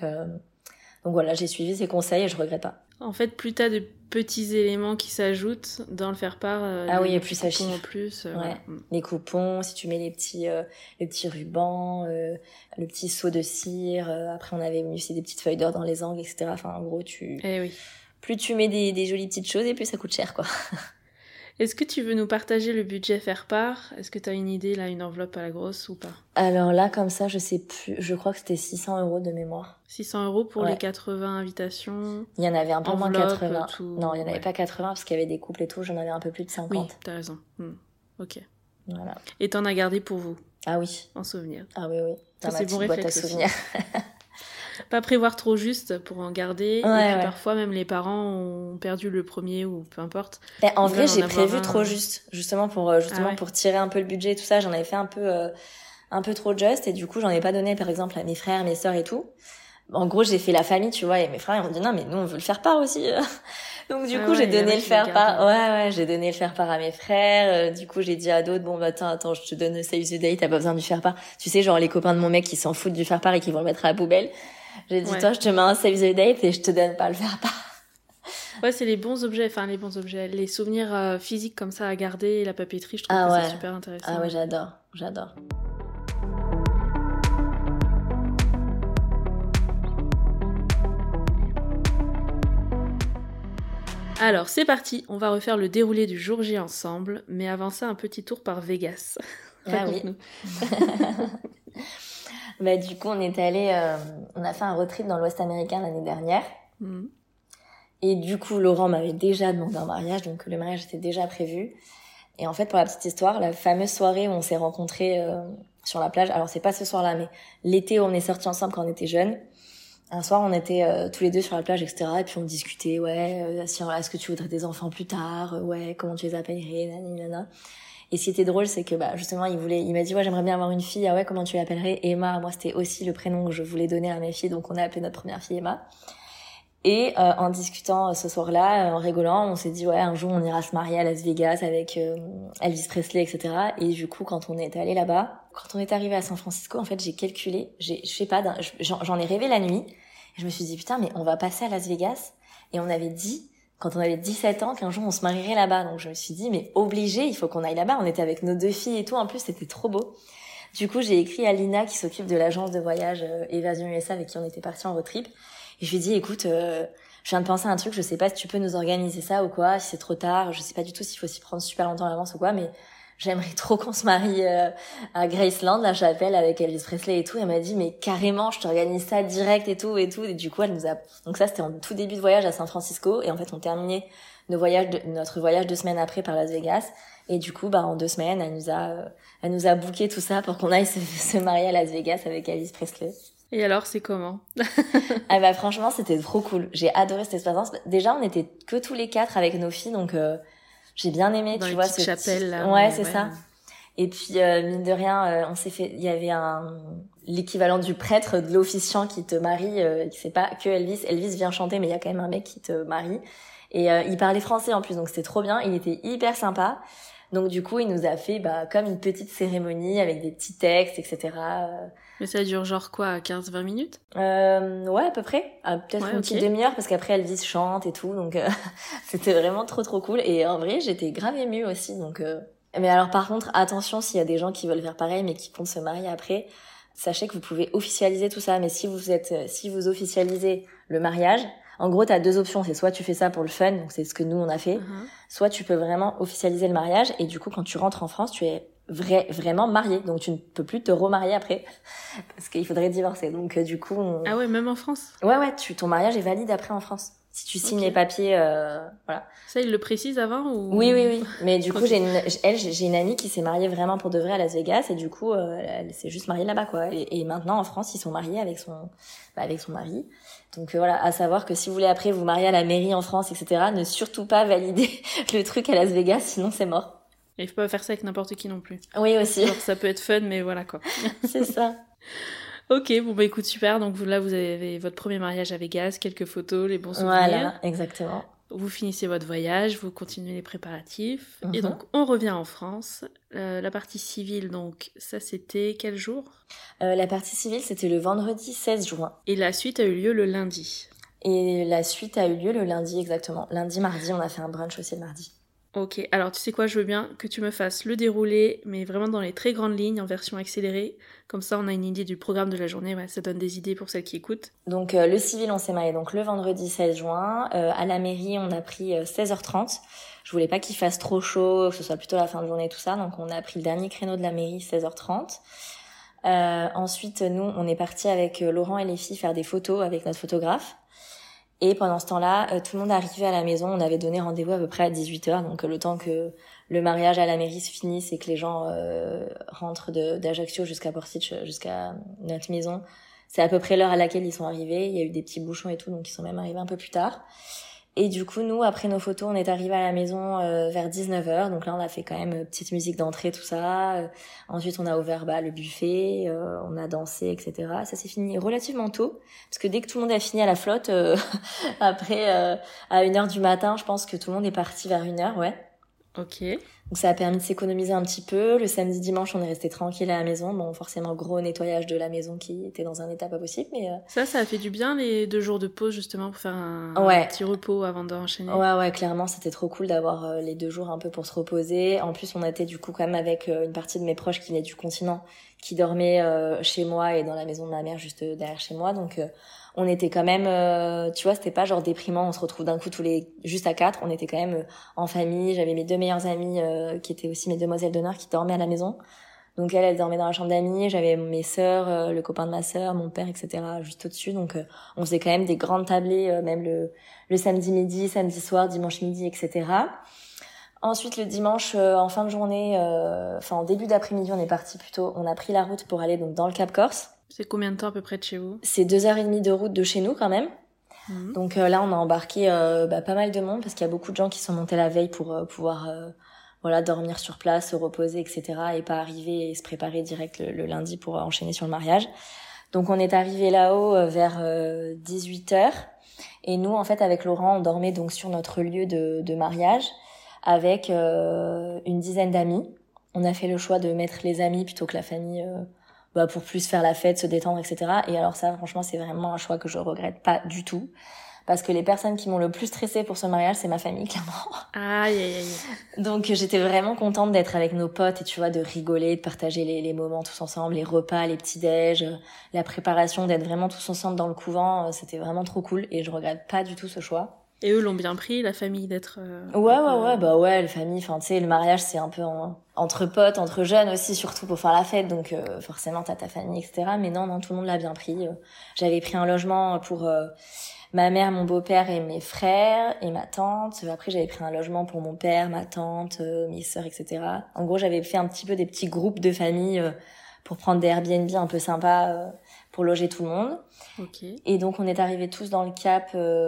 voilà, j'ai suivi ses conseils et je regrette pas. En fait, plus t'as de petits éléments qui s'ajoutent dans le faire-part, et plus ça chiffre. En plus, ouais. Voilà. Les coupons, si tu mets les petits rubans, le petit seau de cire. Après, on avait mis aussi des petites feuilles d'or dans les angles, etc. Enfin, en gros, plus tu mets des jolies petites choses et plus ça coûte cher, quoi. Est-ce que tu veux nous partager le budget faire-part? Est-ce que tu as une idée, là, une enveloppe à la grosse ou pas? Alors là, comme ça, je sais plus. Je crois que c'était 600 € de mémoire. 600 € pour les 80 invitations? Il y en avait un peu moins de 80. Tout... Non, il n'y en avait pas 80 parce qu'il y avait des couples et tout. J'en avais un peu plus de 50. Oui, t'as raison. Ok. Voilà. Et t'en as gardé pour vous? Ah oui. En souvenir? Ah oui. Dans ma petite boîte à souvenirs. Pas prévoir trop juste pour en garder. Ouais, et puis parfois, même les parents ont perdu le premier ou peu importe. En vrai, j'ai prévu trop juste. Justement pour tirer un peu le budget et tout ça. J'en avais fait un peu trop juste. Et du coup, j'en ai pas donné, par exemple, à mes frères, mes sœurs et tout. En gros, j'ai fait la famille, tu vois. Et mes frères, ils m'ont dit, non, mais nous, on veut le faire part aussi. Donc, du coup, j'ai donné le faire part. Ouais, j'ai donné le faire part à mes frères. Du coup, j'ai dit à d'autres, bon, bah, attends, je te donne le save the date, t'as pas besoin du faire part. Tu sais, genre, les copains de mon mec qui s'en foutent du faire part et qui vont le mettre à la poubelle. J'ai dit, toi, je te mets un save the date et je te donne pas le faire part. Ouais, c'est les bons objets, les souvenirs physiques comme ça à garder, et la papeterie, je trouve que c'est super intéressant. Ah ouais, j'adore. Alors, c'est parti, on va refaire le déroulé du jour J ensemble, mais avant ça, un petit tour par Vegas. Raconte-nous. Bah, du coup, on est allé, on a fait un road trip dans l'Ouest américain l'année dernière. Et du coup, Laurent m'avait déjà demandé un mariage, donc le mariage était déjà prévu. Et en fait, pour la petite histoire, la fameuse soirée où on s'est rencontrés sur la plage, alors c'est pas ce soir-là, mais l'été où on est sortis ensemble quand on était jeunes. Un soir, on était tous les deux sur la plage, etc. Et puis on discutait, est-ce que tu voudrais des enfants plus tard? Ouais, comment tu les appellerais? Nanana. Et ce qui était drôle, c'est que justement, il m'a dit, ouais, j'aimerais bien avoir une fille. Ah ouais, comment tu l'appellerais? Emma. Moi, c'était aussi le prénom que je voulais donner à mes filles, donc on a appelé notre première fille Emma. Et en discutant ce soir-là, en rigolant, on s'est dit, ouais, un jour, on ira se marier à Las Vegas avec Elvis Presley, etc. Et du coup, quand on est allé là-bas, quand on est arrivé à San Francisco, en fait, j'ai calculé, j'en ai rêvé la nuit. Et je me suis dit, putain, mais on va passer à Las Vegas. Et on avait dit, quand on avait 17 ans, qu'un jour on se marierait là-bas. Donc je me suis dit, mais obligé, il faut qu'on aille là-bas. On était avec nos 2 filles et tout. En plus, c'était trop beau. Du coup, j'ai écrit à Lina, qui s'occupe de l'agence de voyage Évasion USA, avec qui on était partis en road trip. Et je lui ai dit, écoute, je viens de penser à un truc, je sais pas si tu peux nous organiser ça ou quoi, si c'est trop tard. Je sais pas du tout s'il faut s'y prendre super longtemps à l'avance ou quoi, mais j'aimerais trop qu'on se marie à Graceland, la chapelle, avec Elvis Presley et tout. Elle m'a dit, mais carrément, je t'organise ça direct et tout. Et du coup, donc ça, c'était en tout début de voyage à San Francisco. Et en fait, on terminait notre voyage 2 semaines après par Las Vegas. Et du coup, en 2 semaines, elle nous a booké tout ça pour qu'on aille se marier à Las Vegas avec Elvis Presley. Et alors, c'est comment? Franchement, c'était trop cool. J'ai adoré cette expérience. Déjà, on était que tous les 4 avec nos filles, donc j'ai bien aimé, dans tu vois, ce chapelle là. Ouais, c'est ça. Et puis mine de rien, on s'est fait, il y avait l'équivalent du prêtre, de l'officiant qui te marie, c'est pas que Elvis vient chanter, mais il y a quand même un mec qui te marie. Et il parlait français en plus, donc c'était trop bien. Il était hyper sympa. Donc du coup, il nous a fait comme une petite cérémonie avec des petits textes, etc. Mais ça dure genre quoi, 15-20 minutes? Ouais, à peu près. Peut-être une petite demi-heure, parce qu'après Elvis chante et tout, donc c'était vraiment trop trop cool. Et en vrai, j'étais grave émue aussi, donc... Mais alors par contre, attention, s'il y a des gens qui veulent faire pareil, mais qui comptent se marier après, sachez que vous pouvez officialiser tout ça. Mais si vous officialisez le mariage, en gros, t'as 2 options. C'est soit tu fais ça pour le fun, donc c'est ce que nous on a fait, soit tu peux vraiment officialiser le mariage, et du coup, quand tu rentres en France, tu es vraiment marié, donc tu ne peux plus te remarier après parce qu'il faudrait divorcer. Donc du coup Ah ouais, même en France? Ouais, ton mariage est valide après en France si tu signes les papiers, voilà. Ça, il le précise avant ou... Oui. Mais du coup, j'ai une amie qui s'est mariée vraiment pour de vrai à Las Vegas, et du coup, elle s'est juste mariée là-bas, quoi. Et maintenant, en France, ils sont mariés avec son mari. Donc voilà, à savoir que si vous voulez après vous marier à la mairie en France, etc., ne surtout pas valider le truc à Las Vegas, sinon c'est mort. Et il faut pas faire ça avec n'importe qui non plus. Oui, aussi. Genre, ça peut être fun, mais voilà, quoi. C'est ça. Ok, bon écoute, super. Donc là, vous avez votre premier mariage à Vegas, quelques photos, les bons souvenirs. Voilà, exactement. Vous finissez votre voyage, vous continuez les préparatifs. Et donc, on revient en France. La partie civile, donc, ça, c'était quel jour? La partie civile, c'était le vendredi 16 juin. Et la suite a eu lieu le lundi. Et la suite a eu lieu le lundi, exactement. Lundi, mardi, on a fait un brunch aussi le mardi. Ok, alors tu sais quoi, je veux bien que tu me fasses le déroulé, mais vraiment dans les très grandes lignes, en version accélérée. Comme ça, on a une idée du programme de la journée, ça donne des idées pour celles qui écoutent. Donc le civil, on s'est marié donc le vendredi 16 juin. À la mairie, on a pris 16h30. Je voulais pas qu'il fasse trop chaud, que ce soit plutôt la fin de journée, tout ça. Donc on a pris le dernier créneau de la mairie, 16h30. Ensuite, nous, on est partis avec Laurent et les filles faire des photos avec notre photographe. Et pendant ce temps-là, tout le monde arrivait à la maison. On avait donné rendez-vous à peu près à 18h. Donc le temps que le mariage à la mairie se finisse et que les gens rentrent d'Ajaccio jusqu'à Portich, jusqu'à notre maison, c'est à peu près l'heure à laquelle ils sont arrivés. Il y a eu des petits bouchons et tout, donc ils sont même arrivés un peu plus tard. Et du coup, nous, après nos photos, on est arrivés à la maison vers 19h. Donc là, on a fait quand même petite musique d'entrée, tout ça. Ensuite, on a ouvert le buffet, on a dansé, etc. Ça s'est fini relativement tôt, parce que dès que tout le monde a fini à la flotte, après, à 1h du matin, je pense que tout le monde est parti vers 1h, ouais. Ok. Donc ça a permis de s'économiser un petit peu. Le samedi, dimanche, on est resté tranquille à la maison. Bon, forcément, gros nettoyage de la maison qui était dans un état pas possible, mais... Ça a fait du bien, les 2 jours de pause, justement, pour faire un petit repos avant d'enchaîner. Ouais, clairement, c'était trop cool d'avoir les 2 jours un peu pour se reposer. En plus, on était du coup quand même avec une partie de mes proches qui venaient du continent, qui dormaient chez moi et dans la maison de ma mère juste derrière chez moi. Donc on était quand même, tu vois, c'était pas genre déprimant, on se retrouve d'un coup juste à 4. On était quand même en famille. J'avais mes 2 meilleures amies qui étaient aussi mes demoiselles d'honneur qui dormaient à la maison. Donc elle dormait dans la chambre d'amis. J'avais mes sœurs, le copain de ma sœur, mon père, etc. juste au-dessus. Donc on faisait quand même des grandes tablées, même le samedi midi, samedi soir, dimanche midi, etc. Ensuite, le dimanche, en fin de journée, en début d'après-midi, on a pris la route pour aller donc dans le Cap Corse. C'est combien de temps à peu près de chez vous? C'est 2h30 de route de chez nous quand même. Donc là, on a embarqué pas mal de monde, parce qu'il y a beaucoup de gens qui sont montés la veille pour pouvoir dormir sur place, se reposer, etc. et pas arriver et se préparer direct le lundi pour enchaîner sur le mariage. Donc on est arrivé là-haut vers 18h. Et nous, en fait, avec Laurent, on dormait donc sur notre lieu de mariage avec une dizaine d'amis. On a fait le choix de mettre les amis plutôt que la famille pour plus faire la fête, se détendre, etc. Et alors ça, franchement, c'est vraiment un choix que je regrette pas du tout. Parce que les personnes qui m'ont le plus stressée pour ce mariage, c'est ma famille, clairement. Aïe. Donc j'étais vraiment contente d'être avec nos potes et tu vois, de rigoler, de partager les moments tous ensemble, les repas, les petits-déj, la préparation, d'être vraiment tous ensemble dans le couvent. C'était vraiment trop cool et je regrette pas du tout ce choix. Et eux l'ont bien pris, la famille, d'être... Ouais, la famille, tu sais, le mariage, c'est un peu entre potes, entre jeunes aussi, surtout pour faire la fête, donc forcément, t'as ta famille, etc. Mais non, tout le monde l'a bien pris. J'avais pris un logement pour ma mère, mon beau-père et mes frères et ma tante. Après, j'avais pris un logement pour mon père, ma tante, mes sœurs, etc. En gros, j'avais fait un petit peu des petits groupes de famille pour prendre des Airbnb un peu sympas pour loger tout le monde. Okay. Et donc on est arrivés tous dans le Cap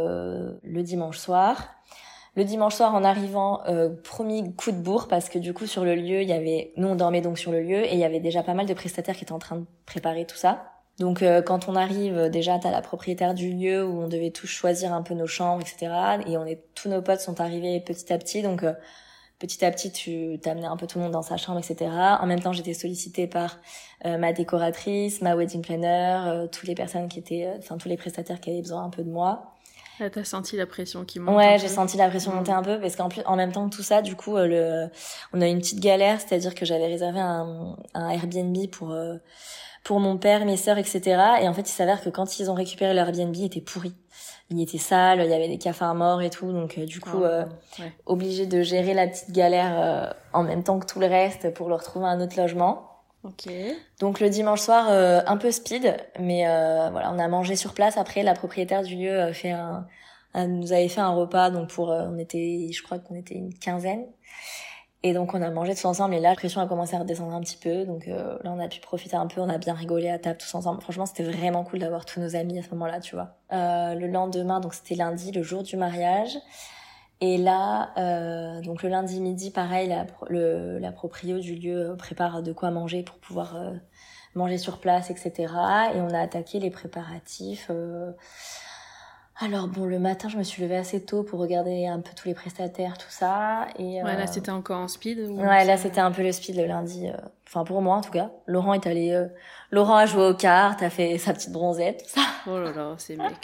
le dimanche soir. Le dimanche soir, en arrivant, premier coup de bourre, parce que du coup sur le lieu, nous on dormait donc sur le lieu et il y avait déjà pas mal de prestataires qui étaient en train de préparer tout ça. Donc quand on arrive, déjà t'as la propriétaire du lieu où on devait tous choisir un peu nos chambres, etc. Et tous nos potes sont arrivés petit à petit, donc petit à petit, tu t'amenais un peu tout le monde dans sa chambre, etc. En même temps, j'étais sollicitée par ma décoratrice, ma wedding planner, toutes les personnes qui étaient, tous les prestataires qui avaient besoin un peu de moi. Là, t'as senti la pression qui monte. Ouais, j'ai senti la pression monter un peu parce qu'en plus, en même temps, tout ça, du coup, on a eu une petite galère, c'est-à-dire que j'avais réservé un Airbnb pour mon père, mes sœurs, etc. Et en fait, il s'avère que quand ils ont récupéré leur Airbnb, il était pourri. Il était sale, il y avait des cafards morts et tout, donc du coup, obligé de gérer la petite galère en même temps que tout le reste pour leur trouver un autre logement. Ok. Donc le dimanche soir, un peu speed, mais voilà, on a mangé sur place. Après, la propriétaire du lieu nous avait fait un repas, donc je crois qu'on était une quinzaine. Et donc on a mangé tous ensemble et là la pression a commencé à redescendre un petit peu, donc là on a pu profiter un peu, on a bien rigolé à table tous ensemble. Franchement c'était vraiment cool d'avoir tous nos amis à ce moment-là, tu vois. Le lendemain, donc c'était lundi, le jour du mariage, et là donc le lundi midi pareil, la proprio du lieu prépare de quoi manger pour pouvoir manger sur place, etc. Et on a attaqué les préparatifs. Alors bon, le matin, je me suis levée assez tôt pour regarder un peu tous les prestataires, tout ça. Et ouais, là, c'était encore en speed ouais, là, c'était un peu le speed le lundi. Enfin, pour moi, en tout cas. Laurent est allé... Laurent a joué aux cartes, a fait sa petite bronzette, tout ça. Oh là là, ces mecs.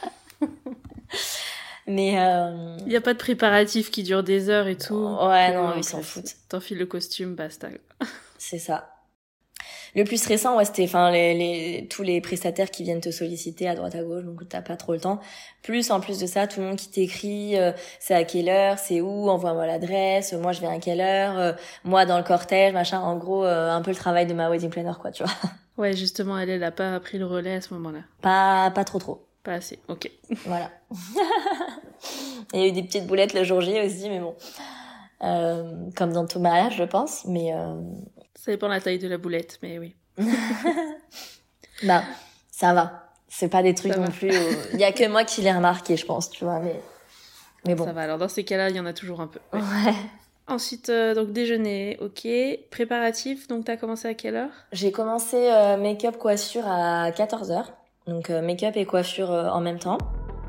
Mais... Il y a pas de préparatifs qui durent des heures et tout. Ouais, non, ils s'en foutent. T'enfiles le costume, basta. C'est ça. Le plus stressant, ouais, c'était tous les prestataires qui viennent te solliciter à droite à gauche, donc t'as pas trop le temps. Plus en plus de ça, tout le monde qui t'écrit, c'est à quelle heure, c'est où, envoie-moi l'adresse, moi je viens à quelle heure, moi dans le cortège, machin. En gros, un peu le travail de ma wedding planner, quoi, tu vois. Ouais, justement, elle a pas pris le relais à ce moment-là. Pas trop. Pas assez, ok. Voilà. Il y a eu des petites boulettes le jour J aussi, mais bon. Comme dans tout mariage, je pense, mais... Ça dépend de la taille de la boulette, mais oui. Bah, ça va. C'est pas des trucs non plus... Il y a que moi qui l'ai remarqué, je pense, tu vois, mais bon. Ça va, alors dans ces cas-là, il y en a toujours un peu. Ouais. Ensuite, donc déjeuner, ok. Préparatif, donc t'as commencé à quelle heure ? J'ai commencé make-up coiffure à 14h. Donc make-up et coiffure en même temps.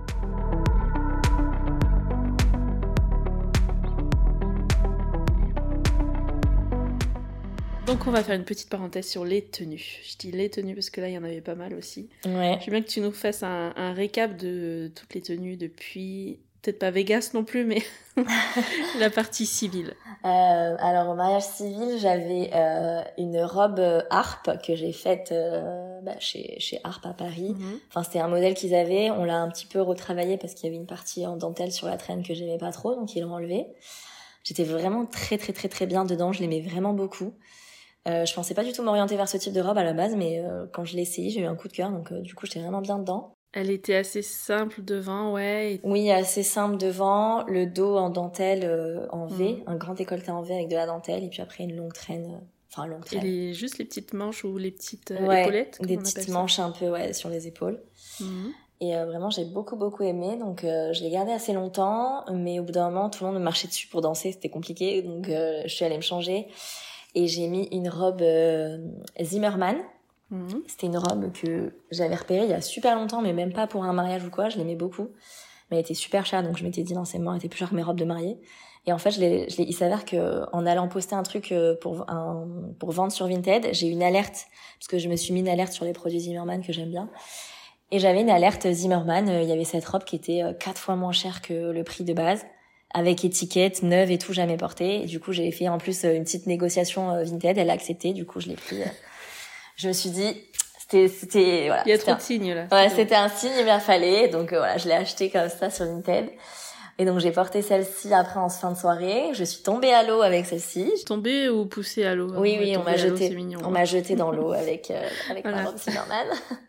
Donc on va faire une petite parenthèse sur les tenues. Je dis les tenues parce que là il y en avait pas mal aussi. Ouais. Je veux bien que tu nous fasses un récap de toutes les tenues depuis, peut-être pas Vegas non plus, mais la partie civile. Alors au mariage civil, j'avais une robe Harpe que j'ai faite chez Harpe à Paris. Enfin c'était un modèle qu'ils avaient, on l'a un petit peu retravaillé parce qu'il y avait une partie en dentelle sur la traîne que j'aimais pas trop, donc ils l'ont enlevée. J'étais vraiment très très très très bien dedans, je l'aimais vraiment beaucoup. Je pensais pas du tout m'orienter vers ce type de robe à la base, mais quand je l'ai essayé, j'ai eu un coup de cœur, donc du coup j'étais vraiment bien dedans. Elle était assez simple devant, ouais. Oui, assez simple devant, le dos en dentelle en V, un grand décolleté en V avec de la dentelle, et puis après une longue traîne, longue traîne. Et juste les petites manches ou les petites épaulettes, des petites manches un peu sur les épaules. Et vraiment j'ai beaucoup aimé, donc je l'ai gardé assez longtemps, mais au bout d'un moment tout le monde me marchait dessus pour danser, c'était compliqué, donc je suis allée me changer. Et j'ai mis une robe Zimmermann. C'était une robe que j'avais repérée il y a super longtemps, mais même pas pour un mariage ou quoi, je l'aimais beaucoup. Mais elle était super chère, donc je m'étais dit non, c'est mort, elle était plus chère que mes robes de mariée. Et en fait, il s'avère que en allant poster un truc pour vendre sur Vinted, j'ai eu une alerte, parce que je me suis mis une alerte sur les produits Zimmermann que j'aime bien. Et j'avais une alerte Zimmermann, il y avait cette robe qui était 4 fois moins chère que le prix de base, avec étiquette neuve et tout, jamais portée. Et du coup, j'ai fait en plus une petite négociation Vinted, elle a accepté, du coup je l'ai pris. Je me suis dit, c'était voilà. Il y a trop de signes là. Ouais, c'était un signe, il me la fallait, donc voilà, je l'ai acheté comme ça sur Vinted. Et donc j'ai porté celle-ci après en fin de soirée. Je suis tombée à l'eau avec celle-ci. Tombée ou poussée à l'eau? Oui, on m'a jeté. Mignon, on m'a jeté dans l'eau avec ma robe Zimmermann.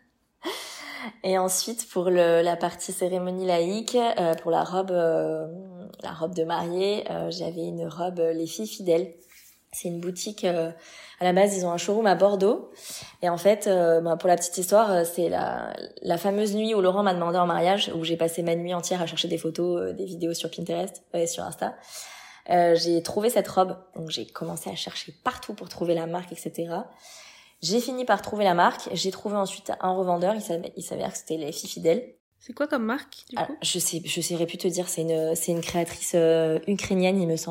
Et ensuite pour la partie cérémonie laïque, pour la robe de mariée, j'avais une robe Les Filles Fidèles. C'est une boutique à la base ils ont un showroom à Bordeaux et en fait pour la petite histoire c'est la fameuse nuit où Laurent m'a demandé en mariage, où j'ai passé ma nuit entière à chercher des photos, des vidéos sur Pinterest et sur Insta. J'ai trouvé cette robe, donc j'ai commencé à chercher partout pour trouver la marque, etc. J'ai fini par trouver la marque. J'ai trouvé ensuite un revendeur. Il s'avère que c'était Les Filles Fidèles. C'est quoi comme marque, du coup? Je saurais plus te dire. C'est une créatrice ukrainienne, il me semble.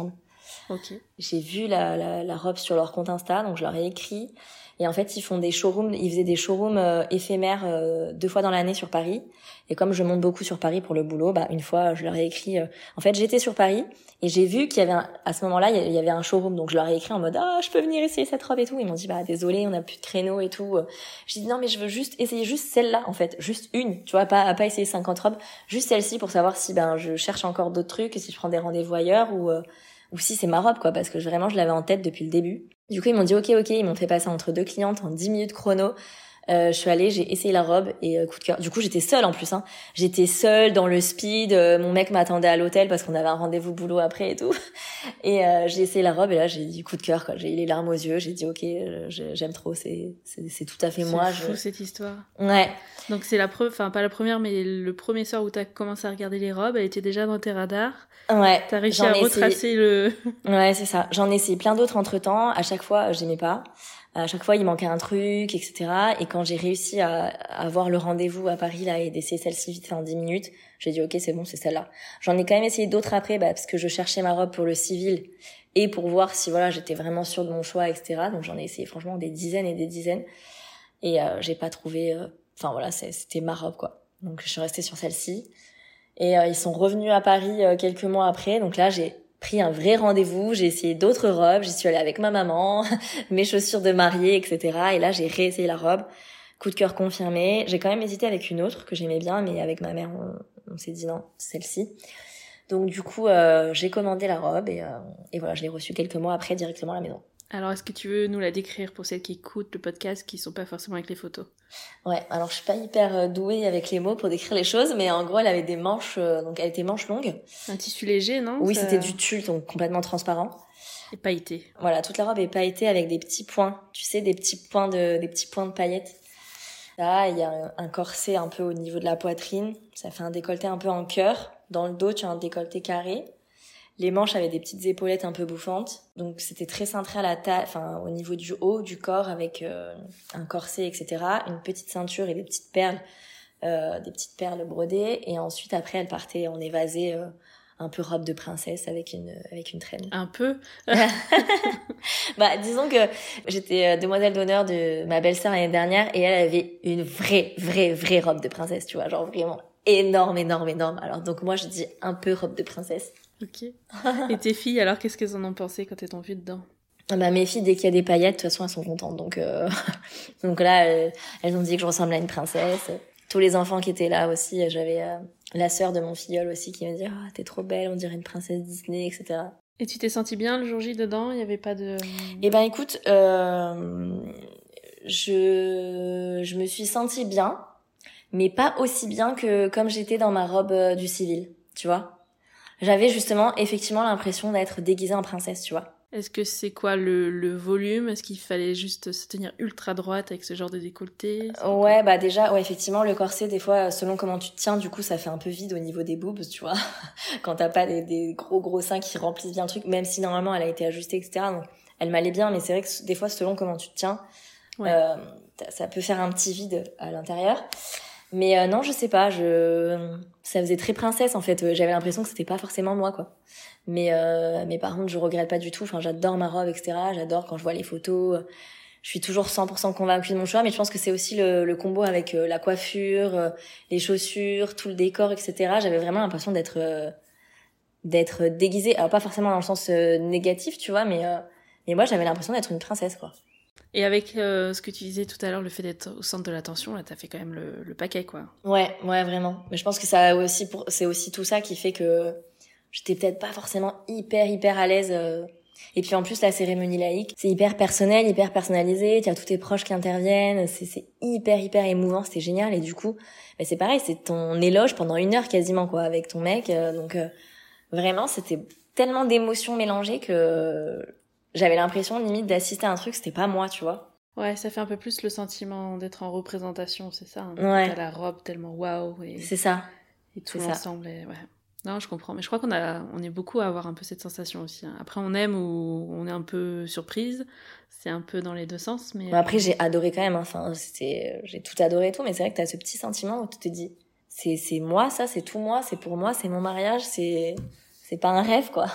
Ok. J'ai vu la robe sur leur compte Insta, donc je leur ai écrit. Et en fait, ils faisaient des showrooms éphémères 2 fois dans l'année sur Paris. Et comme je monte beaucoup sur Paris pour le boulot, une fois, je leur ai écrit. En fait, j'étais sur Paris et j'ai vu qu'il y avait à ce moment-là, il y avait un showroom. Donc je leur ai écrit en mode je peux venir essayer cette robe et tout. Ils m'ont dit désolé, on n'a plus de créneau et tout. J'ai dit non, mais je veux juste essayer juste celle-là en fait, juste une. Tu vois, pas essayer 50 robes, juste celle-ci pour savoir si je cherche encore d'autres trucs et si je prends des rendez-vous ailleurs ou si c'est ma robe quoi, parce que vraiment je l'avais en tête depuis le début. Du coup ils m'ont dit ok, ils m'ont fait passer entre 2 clientes en 10 minutes chrono. Je suis allée, j'ai essayé la robe et coup de cœur. Du coup j'étais seule en plus, j'étais seule dans le speed, mon mec m'attendait à l'hôtel parce qu'on avait un rendez-vous boulot après et tout. Et j'ai essayé la robe et là j'ai dit coup de cœur quoi, j'ai eu les larmes aux yeux, j'ai dit ok, j'aime trop, c'est tout à fait moi. C'est fou cette histoire. Ouais. Donc c'est pas la première, mais le premier soir où t'as commencé à regarder les robes, elle était déjà dans tes radars. Ouais. T'as réussi à retracer le... Ouais, c'est ça. J'en ai essayé plein d'autres entre temps. À chaque fois, j'aimais pas. À chaque fois, il manquait un truc, etc. Et quand j'ai réussi à avoir le rendez-vous à Paris, là, et d'essayer celle-ci vite fait en 10 minutes, j'ai dit, ok, c'est bon, c'est celle-là. J'en ai quand même essayé d'autres après, parce que je cherchais ma robe pour le civil et pour voir si, j'étais vraiment sûre de mon choix, etc. Donc j'en ai essayé franchement des dizaines et des dizaines. Et j'ai pas trouvé... c'était ma robe, quoi. Donc je suis restée sur celle-ci. Et ils sont revenus à Paris quelques mois après. Donc là, j'ai pris un vrai rendez-vous. J'ai essayé d'autres robes. J'y suis allée avec ma maman, mes chaussures de mariée, etc. Et là, j'ai réessayé la robe. Coup de cœur confirmé. J'ai quand même hésité avec une autre que j'aimais bien, mais avec ma mère, on s'est dit non, celle-ci. Donc du coup, j'ai commandé la robe et voilà, je l'ai reçue quelques mois après directement à la maison. Alors, est-ce que tu veux nous la décrire pour celles qui écoutent le podcast, qui sont pas forcément avec les photos? Ouais, alors je suis pas hyper douée avec les mots pour décrire les choses, mais en gros, elle avait des manches, donc elle était manches longues. Un tissu léger, non? Oui, c'était du tulle, donc complètement transparent. Et pailleté. Voilà, toute la robe est pailletée avec des petits points, tu sais, des petits points de paillettes. Là, il y a un corset un peu au niveau de la poitrine, ça fait un décolleté un peu en cœur. Dans le dos, tu as un décolleté carré. Les manches avaient des petites épaulettes un peu bouffantes. Donc, c'était très cintré à la taille, au niveau du haut, du corps, avec un corset, etc. Une petite ceinture et des petites perles brodées. Et ensuite, après, elle partait en évasé, un peu robe de princesse avec une traîne. Un peu? Disons que j'étais demoiselle d'honneur de ma belle-sœur l'année dernière et elle avait une vraie robe de princesse, tu vois, genre vraiment énorme. Alors, donc moi, je dis un peu robe de princesse. Ok. Et tes filles, alors, qu'est-ce qu'elles en ont pensé quand elles t'ont vu dedans? Mes filles, dès qu'il y a des paillettes, de toute façon, elles sont contentes. Donc là, elles ont dit que je ressemble à une princesse. Tous les enfants qui étaient là aussi, j'avais la sœur de mon filleul aussi qui me dit « t'es trop belle, on dirait une princesse Disney, etc. » Et tu t'es sentie bien le jour J dedans? Il y avait pas de... Écoute, je me suis sentie bien, mais pas aussi bien que comme j'étais dans ma robe du civil, tu vois. J'avais justement, effectivement, l'impression d'être déguisée en princesse, tu vois. Est-ce que c'est quoi le volume? Est-ce qu'il fallait juste se tenir ultra droite avec ce genre de décolleté? Ouais, déjà, effectivement, le corset, des fois, selon comment tu te tiens, du coup, ça fait un peu vide au niveau des boobs, tu vois. Quand t'as pas des gros seins qui remplissent bien le truc, même si normalement elle a été ajustée, etc. Donc, elle m'allait bien, mais c'est vrai que des fois, selon comment tu te tiens, ouais. Ça peut faire un petit vide à l'intérieur. Mais non, je sais pas, ça faisait très princesse en fait. J'avais l'impression que c'était pas forcément moi, quoi. Mais par contre, je regrette pas du tout. J'adore ma robe, etc. J'adore quand je vois les photos. Je suis toujours 100% convaincue de mon choix, mais je pense que c'est aussi le combo avec la coiffure, les chaussures, tout le décor, etc. J'avais vraiment l'impression d'être déguisée. Alors pas forcément dans le sens négatif, tu vois, mais moi j'avais l'impression d'être une princesse, quoi. Et avec ce que tu disais tout à l'heure, le fait d'être au centre de l'attention, là, t'as fait quand même le paquet, quoi. Ouais, vraiment. Mais je pense que c'est aussi tout ça qui fait que j'étais peut-être pas forcément hyper à l'aise. Et puis en plus, la cérémonie laïque, c'est hyper personnel, hyper personnalisé. Tu as tous tes proches qui interviennent. C'est hyper émouvant. C'était génial. Et du coup, c'est pareil, c'est ton éloge pendant 1 heure quasiment, quoi, avec ton mec. Donc vraiment, c'était tellement d'émotions mélangées que j'avais l'impression limite d'assister à un truc, c'était pas moi, tu vois. Ouais, ça fait un peu plus le sentiment d'être en représentation, c'est ça. Ouais. T'as la robe tellement waouh. C'est ça. Et tout l'ensemble, ouais. Non, je comprends. Mais je crois qu'on est beaucoup à avoir un peu cette sensation aussi. Après, on aime ou on est un peu surprise. C'est un peu dans les deux sens, mais... Après, j'ai adoré quand même. J'ai tout adoré et tout, mais c'est vrai que t'as ce petit sentiment où tu te dis, c'est moi, ça, c'est tout moi, c'est pour moi, c'est mon mariage, c'est pas un rêve, quoi.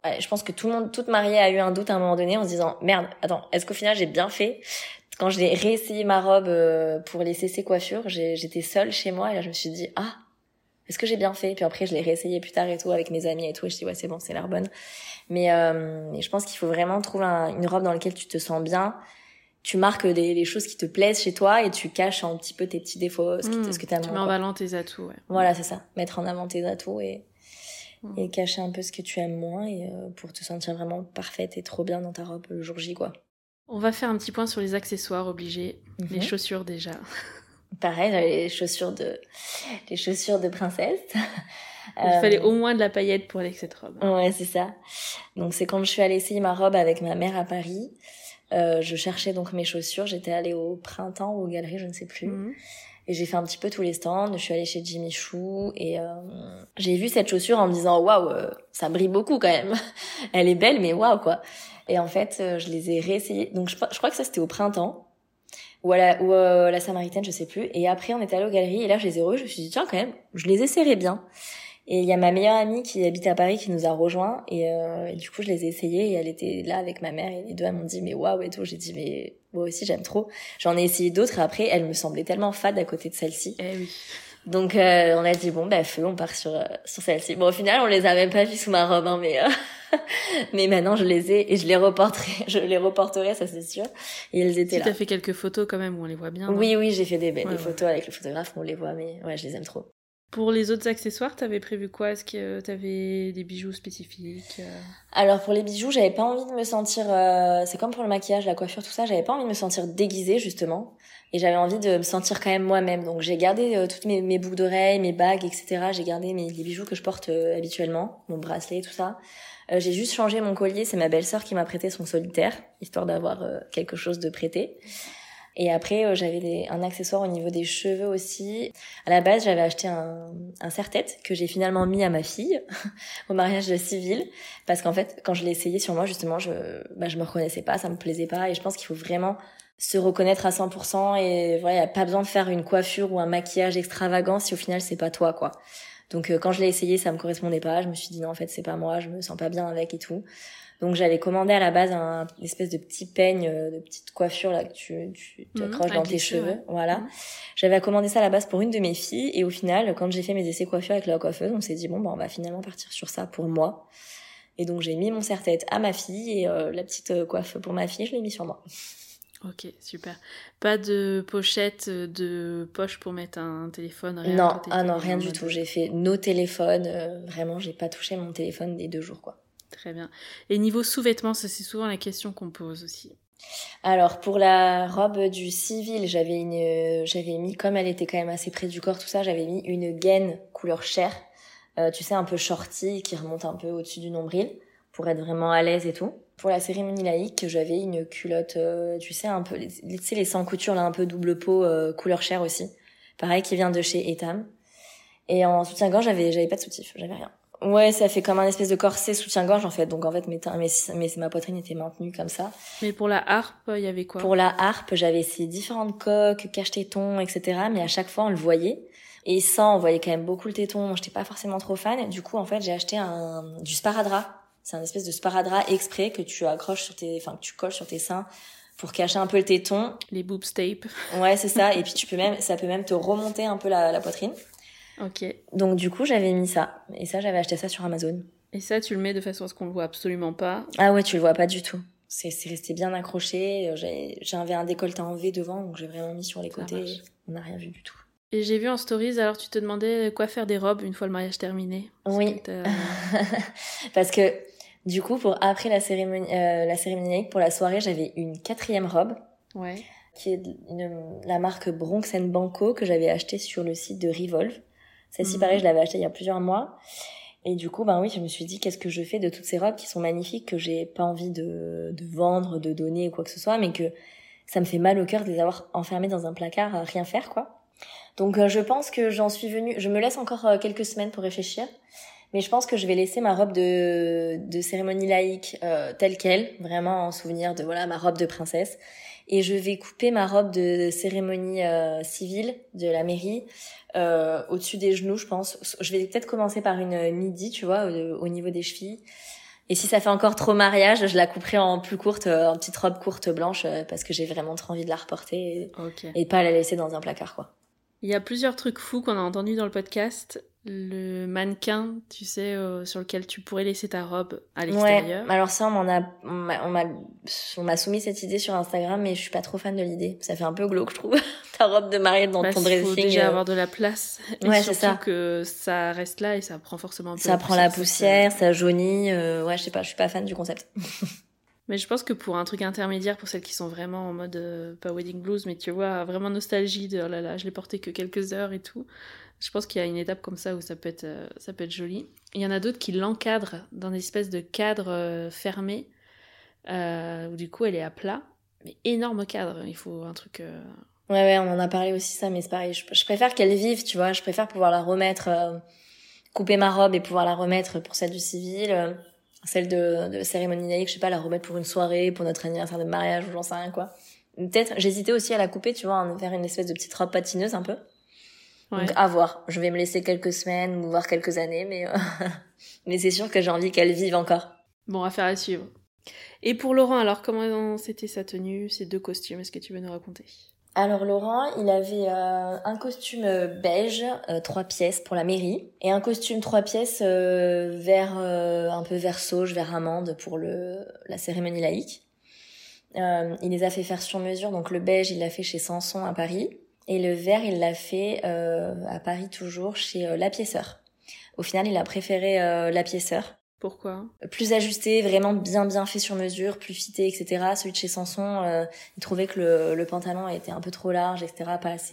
Ouais, je pense que toute mariée a eu un doute à un moment donné en se disant merde, attends, est-ce qu'au final j'ai bien fait? Quand j'ai réessayé ma robe pour les CC coiffure, j'étais seule chez moi et là je me suis dit ah, est-ce que j'ai bien fait? Puis après je l'ai réessayé plus tard et tout avec mes amis et tout et je dis ouais c'est bon, c'est l'air bonne. Mais je pense qu'il faut vraiment trouver une robe dans laquelle tu te sens bien. Tu marques les choses qui te plaisent chez toi et tu caches un petit peu tes petits défauts, ce que t'aimes moins. Tu mets en avant tes atouts, ouais. Voilà, c'est ça. Mettre en avant tes atouts et cacher un peu ce que tu aimes moins et pour te sentir vraiment parfaite et trop bien dans ta robe le jour J, quoi. On va faire un petit point sur les accessoires obligés. Les chaussures déjà. Pareil, j'avais les chaussures de princesse. Il fallait au moins de la paillette pour aller avec cette robe. Ouais, c'est ça. Donc c'est quand je suis allée essayer ma robe avec ma mère à Paris. Je cherchais donc mes chaussures. J'étais allée au printemps ou aux galeries, je ne sais plus. Et j'ai fait un petit peu tous les stands. Je suis allée chez Jimmy Choo et j'ai vu cette chaussure en me disant waouh, ça brille beaucoup quand même. Elle est belle, mais waouh quoi. Et en fait, je les ai réessayées. Donc je crois que ça c'était au printemps ou à la Samaritaine, je sais plus. Et après, on est allé aux galeries et là, je les ai revues. Je me suis dit tiens quand même, je les ai serrées bien. Et il y a ma meilleure amie qui habite à Paris qui nous a rejoints et du coup je les ai essayées et elle était là avec ma mère et les deux elles m'ont dit mais waouh et tout. J'ai dit mais moi aussi j'aime trop. J'en ai essayé d'autres et après elle me semblait tellement fade à côté de celle-ci. Eh oui. Donc on a dit bon bah feu, on part sur celle-ci. Bon au final on les a même pas vues sous ma robe hein, mais maintenant je les ai et je les reporterai ça c'est sûr. Et elles étaient là. Tu as fait quelques photos quand même où on les voit bien. Oui, j'ai fait des photos avec le photographe, on les voit mais ouais, je les aime trop. Pour les autres accessoires, t'avais prévu quoi? Est-ce que t'avais des bijoux spécifiques? Alors pour les bijoux, j'avais pas envie de me sentir... c'est comme pour le maquillage, la coiffure, tout ça, j'avais pas envie de me sentir déguisée justement. Et j'avais envie de me sentir quand même moi-même. Donc j'ai gardé toutes mes boucles d'oreilles, mes bagues, etc. J'ai gardé les bijoux que je porte habituellement, mon bracelet, tout ça. J'ai juste changé mon collier, c'est ma belle-sœur qui m'a prêté son solitaire, histoire d'avoir quelque chose de prêté. Et après, j'avais un accessoire au niveau des cheveux aussi. À la base, j'avais acheté un serre-tête que j'ai finalement mis à ma fille au mariage civil. Parce qu'en fait, quand je l'ai essayé sur moi, justement, je me reconnaissais pas, ça me plaisait pas. Et je pense qu'il faut vraiment se reconnaître à 100%. Et voilà, y a pas besoin de faire une coiffure ou un maquillage extravagant si au final, c'est pas toi, quoi. Donc, quand je l'ai essayé, ça me correspondait pas. Je me suis dit non, en fait, c'est pas moi, je me sens pas bien avec et tout. Donc j'avais commandé à la base une espèce de petit peigne, de petite coiffure là que tu accroches dans tes cheveux, ouais. Voilà. J'avais commandé ça à la base pour une de mes filles et au final, quand j'ai fait mes essais coiffure avec la coiffeuse, on s'est dit bon bah on va finalement partir sur ça pour moi. Et donc j'ai mis mon serre-tête à ma fille et la petite coiffe pour ma fille, je l'ai mis sur moi. Ok, super. Pas de pochette, de poche pour mettre un téléphone, rien? Non, rien du tout. J'ai fait nos téléphones, vraiment j'ai pas touché mon téléphone des 2 jours quoi. Très bien. Et niveau sous-vêtements, ça c'est souvent la question qu'on pose aussi. Alors pour la robe du civil, j'avais mis, comme elle était quand même assez près du corps, tout ça, j'avais mis une gaine couleur chair, tu sais un peu shorty qui remonte un peu au-dessus du nombril pour être vraiment à l'aise et tout. Pour la cérémonie laïque, j'avais une culotte, tu sais un peu, tu sais les sans couture là un peu double peau couleur chair aussi, pareil qui vient de chez Etam. Et en soutien-gorge, j'avais pas de soutif, j'avais rien. Ouais, ça fait comme un espèce de corset soutien-gorge en fait. Donc en fait, ma poitrine était maintenue comme ça. Mais pour la harpe, il y avait quoi? Pour la harpe, j'avais essayé différentes coques, cache-tétons, etc. Mais à chaque fois, on le voyait. Et sans, on voyait quand même beaucoup le téton. Moi, j'étais pas forcément trop fan. Du coup, en fait, j'ai acheté du sparadrap. C'est un espèce de sparadrap exprès que tu accroches que tu colles sur tes seins pour cacher un peu le téton. Les boob tape. Ouais, c'est ça. Et puis ça peut même te remonter un peu la poitrine. Ok. Donc du coup, j'avais mis ça. Et ça, j'avais acheté ça sur Amazon. Et ça, tu le mets de façon à ce qu'on le voit absolument pas? Ah ouais, tu le vois pas du tout. C'est resté bien accroché. J'avais un décolleté en V devant, donc j'ai vraiment mis sur les côtés. On n'a rien vu du tout. Et j'ai vu en stories, alors tu te demandais quoi faire des robes une fois le mariage terminé? Oui. Parce que du coup, pour après la cérémonie laïque, pour la soirée, j'avais une 4e robe. Ouais. Qui est la marque Bronx & Banco que j'avais achetée sur le site de Revolve. Celle-ci, pareil, je l'avais achetée il y a plusieurs mois. Et du coup, je me suis dit, qu'est-ce que je fais de toutes ces robes qui sont magnifiques, que j'ai pas envie de vendre, de donner ou quoi que ce soit, mais que ça me fait mal au cœur de les avoir enfermées dans un placard à rien faire, quoi. Donc, je pense que j'en suis venue, je me laisse encore quelques semaines pour réfléchir, mais je pense que je vais laisser ma robe de cérémonie laïque telle quelle, vraiment en souvenir de, voilà, ma robe de princesse. Et je vais couper ma robe de cérémonie civile de la mairie au-dessus des genoux, je pense. Je vais peut-être commencer par une midi, tu vois, au niveau des chevilles. Et si ça fait encore trop mariage, je la couperai en plus courte, en petite robe courte blanche, parce que j'ai vraiment trop envie de la reporter et pas la laisser dans un placard, quoi. Il y a plusieurs trucs fous qu'on a entendus dans le podcast. Le mannequin, tu sais, sur lequel tu pourrais laisser ta robe à l'extérieur. Ouais, alors ça, on m'a soumis cette idée sur Instagram, mais je suis pas trop fan de l'idée. Ça fait un peu glauque, je trouve. Ta robe de mariée dans ton dressing. Il faut déjà avoir de la place. Et ouais, surtout c'est ça. Que ça reste là et ça prend forcément un peu ça prend la poussière, ça jaunit. Ouais, je sais pas, je suis pas fan du concept. Mais je pense que pour un truc intermédiaire, pour celles qui sont vraiment en mode, pas wedding blues, mais tu vois, vraiment nostalgie de oh là là, je l'ai porté que quelques heures et tout. Je pense qu'il y a une étape comme ça où ça peut être joli. Il y en a d'autres qui l'encadrent dans une espèce de cadre fermé, où du coup elle est à plat. Mais énorme cadre, il faut un truc... Ouais, on en a parlé aussi ça, mais c'est pareil. Je préfère qu'elle vive, tu vois. Je préfère pouvoir la remettre, couper ma robe et pouvoir la remettre pour celle du civil. Celle de cérémonie laïque, je sais pas, la remettre pour une soirée, pour notre anniversaire de mariage ou j'en sais rien quoi. Peut-être, j'hésitais aussi à la couper, tu vois, faire une espèce de petite robe patineuse un peu. Ouais. Donc à voir. Je vais me laisser quelques semaines ou voire quelques années, mais c'est sûr que j'ai envie qu'elle vive encore. Bon, affaire à suivre. Et pour Laurent, alors comment c'était sa tenue, ses 2 costumes, est-ce que tu veux nous raconter ? Alors Laurent, il avait un costume beige, 3 pièces pour la mairie, et un costume 3 pièces vert, un peu vert sauge, vert amande pour la cérémonie laïque. Il les a fait faire sur mesure, donc le beige il l'a fait chez Sanson à Paris, et le vert il l'a fait à Paris toujours chez La Pièceur. Au final il a préféré La Pièceur. Pourquoi ? Plus ajusté, vraiment bien fait sur mesure, plus fité, etc. Celui de chez Sanson, il trouvait que le pantalon était un peu trop large, etc.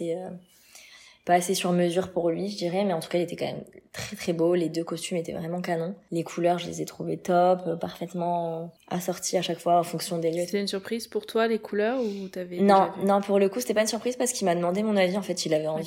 Pas assez sur mesure pour lui, je dirais. Mais en tout cas, il était quand même très très beau. Les 2 costumes étaient vraiment canons. Les couleurs, je les ai trouvées top, parfaitement assorties à chaque fois en fonction des lieux. C'était une surprise pour toi, les couleurs, ou t'avais Non, pour le coup, c'était pas une surprise parce qu'il m'a demandé mon avis. En fait, il avait envie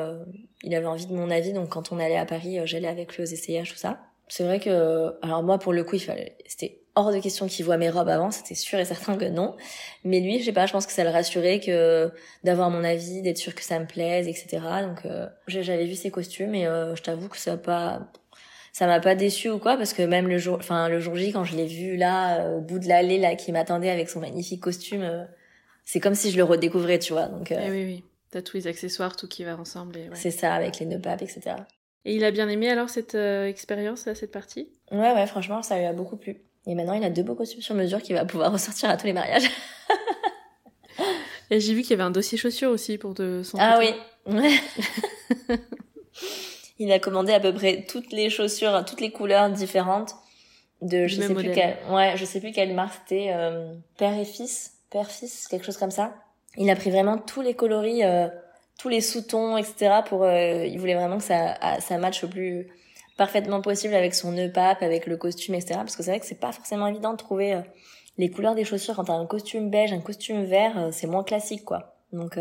de mon avis. Donc, quand on allait à Paris, j'allais avec lui aux essayages, tout ça. C'est vrai que, alors moi, pour le coup, c'était hors de question qu'il voit mes robes avant, c'était sûr et certain que non. Mais lui, je sais pas, je pense que ça le rassurait d'avoir mon avis, d'être sûr que ça me plaise, etc. Donc, j'avais vu ses costumes et je t'avoue que ça m'a pas déçu ou quoi, parce que même le jour J, quand je l'ai vu là, au bout de l'allée, là, qui m'attendait avec son magnifique costume, c'est comme si je le redécouvrais, tu vois. Donc, oui. T'as tous les accessoires, tout qui va ensemble. Et ouais. C'est ça, avec les nœuds papes, etc. Et il a bien aimé alors cette expérience, cette partie ? Ouais, franchement, ça lui a beaucoup plu. Et maintenant, il a 2 beaux costumes sur mesure qu'il va pouvoir ressortir à tous les mariages. Et j'ai vu qu'il y avait un dossier chaussures aussi pour son Ah oui. Il a commandé à peu près toutes les chaussures, toutes les couleurs différentes de je sais plus quelle marque c'était, père fils, quelque chose comme ça. Il a pris vraiment tous les coloris, tous les sous-tons, etc. Il voulait vraiment que ça matche le plus parfaitement possible avec son nœud pape, avec le costume, etc. Parce que c'est vrai que c'est pas forcément évident de trouver les couleurs des chaussures quand t'as un costume beige, un costume vert, c'est moins classique, quoi. Donc,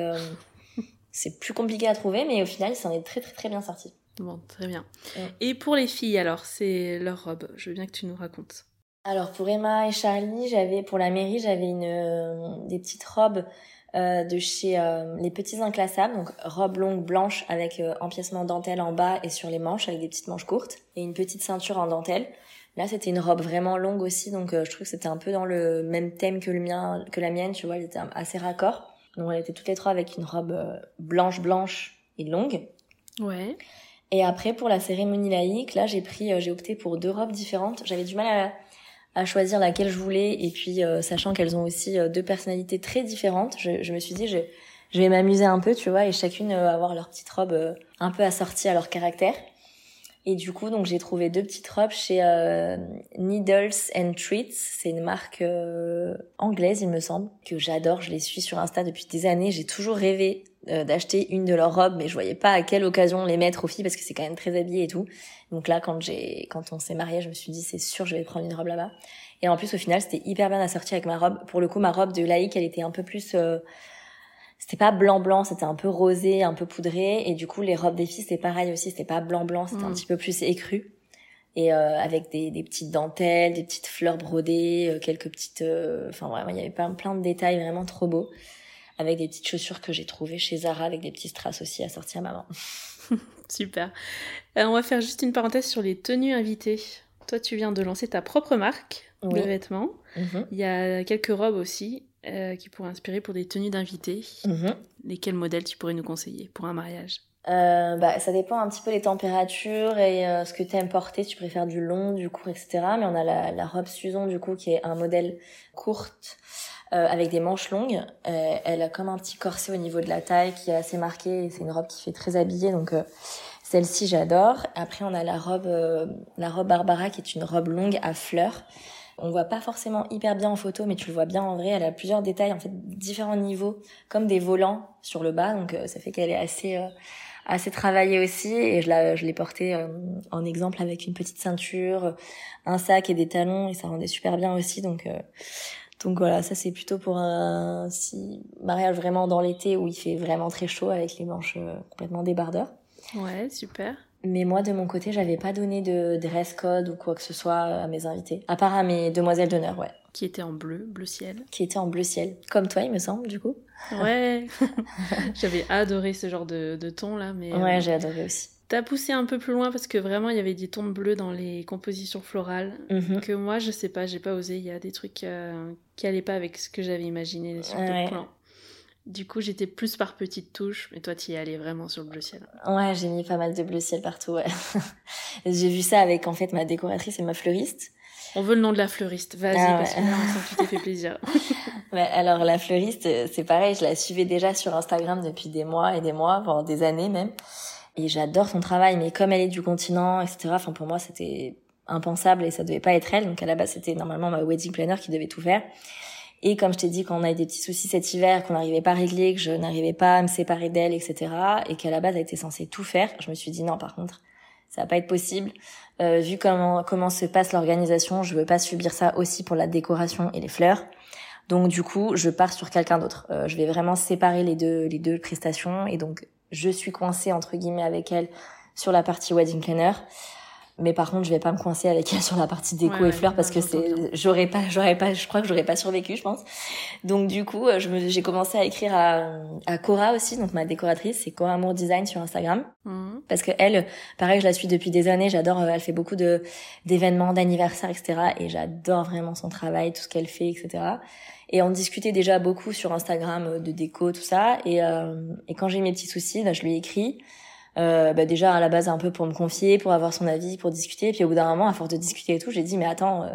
c'est plus compliqué à trouver, mais au final, il s'en est très, très, très bien sorti. Bon, très bien. Ouais. Et pour les filles, alors, c'est leur robe. Je veux bien que tu nous racontes. Alors, pour Emma et Charlie, pour la mairie, j'avais des petites robes de chez Les Petits Inclassables, donc robe longue blanche avec empiècement dentelle en bas et sur les manches avec des petites manches courtes et une petite ceinture en dentelle. Là, c'était une robe vraiment longue aussi, donc je trouve que c'était un peu dans le même thème que la mienne, tu vois, elle était assez raccord. Donc on était toutes les 3 avec une robe blanche et longue. Ouais. Et après, pour la cérémonie laïque, là, j'ai opté pour 2 robes différentes. J'avais du mal à choisir laquelle je voulais, et puis sachant qu'elles ont aussi 2 personnalités très différentes, je me suis dit je vais m'amuser un peu, tu vois, et chacune avoir leur petite robe un peu assortie à leur caractère. Et du coup, donc j'ai trouvé 2 petites robes chez Needles and Treats. C'est une marque anglaise, il me semble, que j'adore. Je les suis sur Insta depuis des années. J'ai toujours rêvé d'acheter une de leurs robes, mais je voyais pas à quelle occasion les mettre aux filles parce que c'est quand même très habillé et tout. Donc là, quand on s'est mariés, je me suis dit c'est sûr, je vais prendre une robe là-bas. Et en plus, au final, c'était hyper bien assorti avec ma robe. Pour le coup, ma robe de laïque, elle était un peu plus c'était pas blanc, c'était un peu rosé, un peu poudré. Et du coup, les robes des filles, c'était pareil aussi. C'était pas blanc, c'était un petit peu plus écru. Et avec des petites dentelles, des petites fleurs brodées, quelques petites... Enfin, vraiment, il y avait plein de détails vraiment trop beaux. Avec des petites chaussures que j'ai trouvées chez Zara, avec des petits strass aussi assortis à maman. Super. On va faire juste une parenthèse sur les tenues invitées. toi tu viens de lancer ta propre marque de vêtements. Il y a quelques robes aussi qui pourraient inspirer pour des tenues d'invités. Lesquels modèles tu pourrais nous conseiller pour un mariage? Ça dépend un petit peu des températures et ce que tu aimes porter, si tu préfères du long, du court, etc. Mais on a la robe Suzon du coup qui est un modèle courte avec des manches longues. Elle a comme un petit corset au niveau de la taille qui est assez marqué. C'est une robe qui fait très habillée, donc celle-ci j'adore. Après on a la robe Barbara qui est une robe longue à fleurs. On voit pas forcément hyper bien en photo, mais tu le vois bien en vrai. Elle a plusieurs détails, en fait, différents niveaux, comme des volants sur le bas. Donc ça fait qu'elle est assez travaillée aussi. Et je l'ai portée en exemple avec une petite ceinture, un sac et des talons, et ça rendait super bien aussi. Donc voilà, ça c'est plutôt pour un mariage vraiment dans l'été où il fait vraiment très chaud avec les manches complètement débardeurs. Ouais, super. Mais moi, de mon côté, j'avais pas donné de dress code ou quoi que ce soit à mes invités. À part à mes demoiselles d'honneur, ouais. Qui étaient en bleu ciel. Qui étaient en bleu ciel. Comme toi, il me semble, du coup. Ouais. J'avais adoré ce genre de ton, là. Mais, ouais, j'ai adoré aussi. T'as poussé un peu plus loin parce que vraiment, il y avait des tons de bleu dans les compositions florales. Que moi, je sais pas, j'ai pas osé. Il y a des trucs qui allaient pas avec ce que j'avais imaginé sur le plan. Du coup, j'étais plus par petites touches, mais toi, t'y es allée vraiment sur le bleu ciel. Ouais, j'ai mis pas mal de bleu ciel partout, ouais. J'ai vu ça avec, en fait, ma décoratrice et ma fleuriste. On veut le nom de la fleuriste, vas-y, parce que là, on sent que tu t'es fait plaisir. Alors, la fleuriste, c'est pareil, je la suivais déjà sur Instagram depuis des mois et des mois, voire des années même. Et j'adore son travail, mais comme elle est du continent, etc., enfin, pour moi, c'était impensable et ça devait pas être elle. Donc, à la base, c'était normalement ma wedding planner qui devait tout faire. Et comme je t'ai dit, quand on a eu des petits soucis cet hiver, qu'on n'arrivait pas à régler, que je n'arrivais pas à me séparer d'elle, etc., et qu'à la base, elle était censée tout faire, je me suis dit non, par contre, ça va pas être possible. Vu comment se passe l'organisation, je veux pas subir ça aussi pour la décoration et les fleurs. Donc du coup, je pars sur quelqu'un d'autre. Je vais vraiment séparer les deux prestations, et donc je suis coincée entre guillemets avec elle sur la partie wedding planner. Mais par contre, je vais pas me coincer avec elle sur la partie déco et fleurs parce que je crois que j'aurais pas survécu, je pense. Donc du coup, j'ai commencé à écrire à Cora aussi, donc ma décoratrice, c'est Cora Amour Design sur Instagram. Parce que elle, pareil, je la suis depuis des années, j'adore, elle fait beaucoup d'événements, d'anniversaires, etc. Et j'adore vraiment son travail, tout ce qu'elle fait, etc. Et on discutait déjà beaucoup sur Instagram de déco, tout ça. Et quand j'ai eu mes petits soucis, je lui ai écrit. Déjà à la base un peu pour me confier, pour avoir son avis, pour discuter, puis au bout d'un moment à force de discuter et tout, j'ai dit mais attends,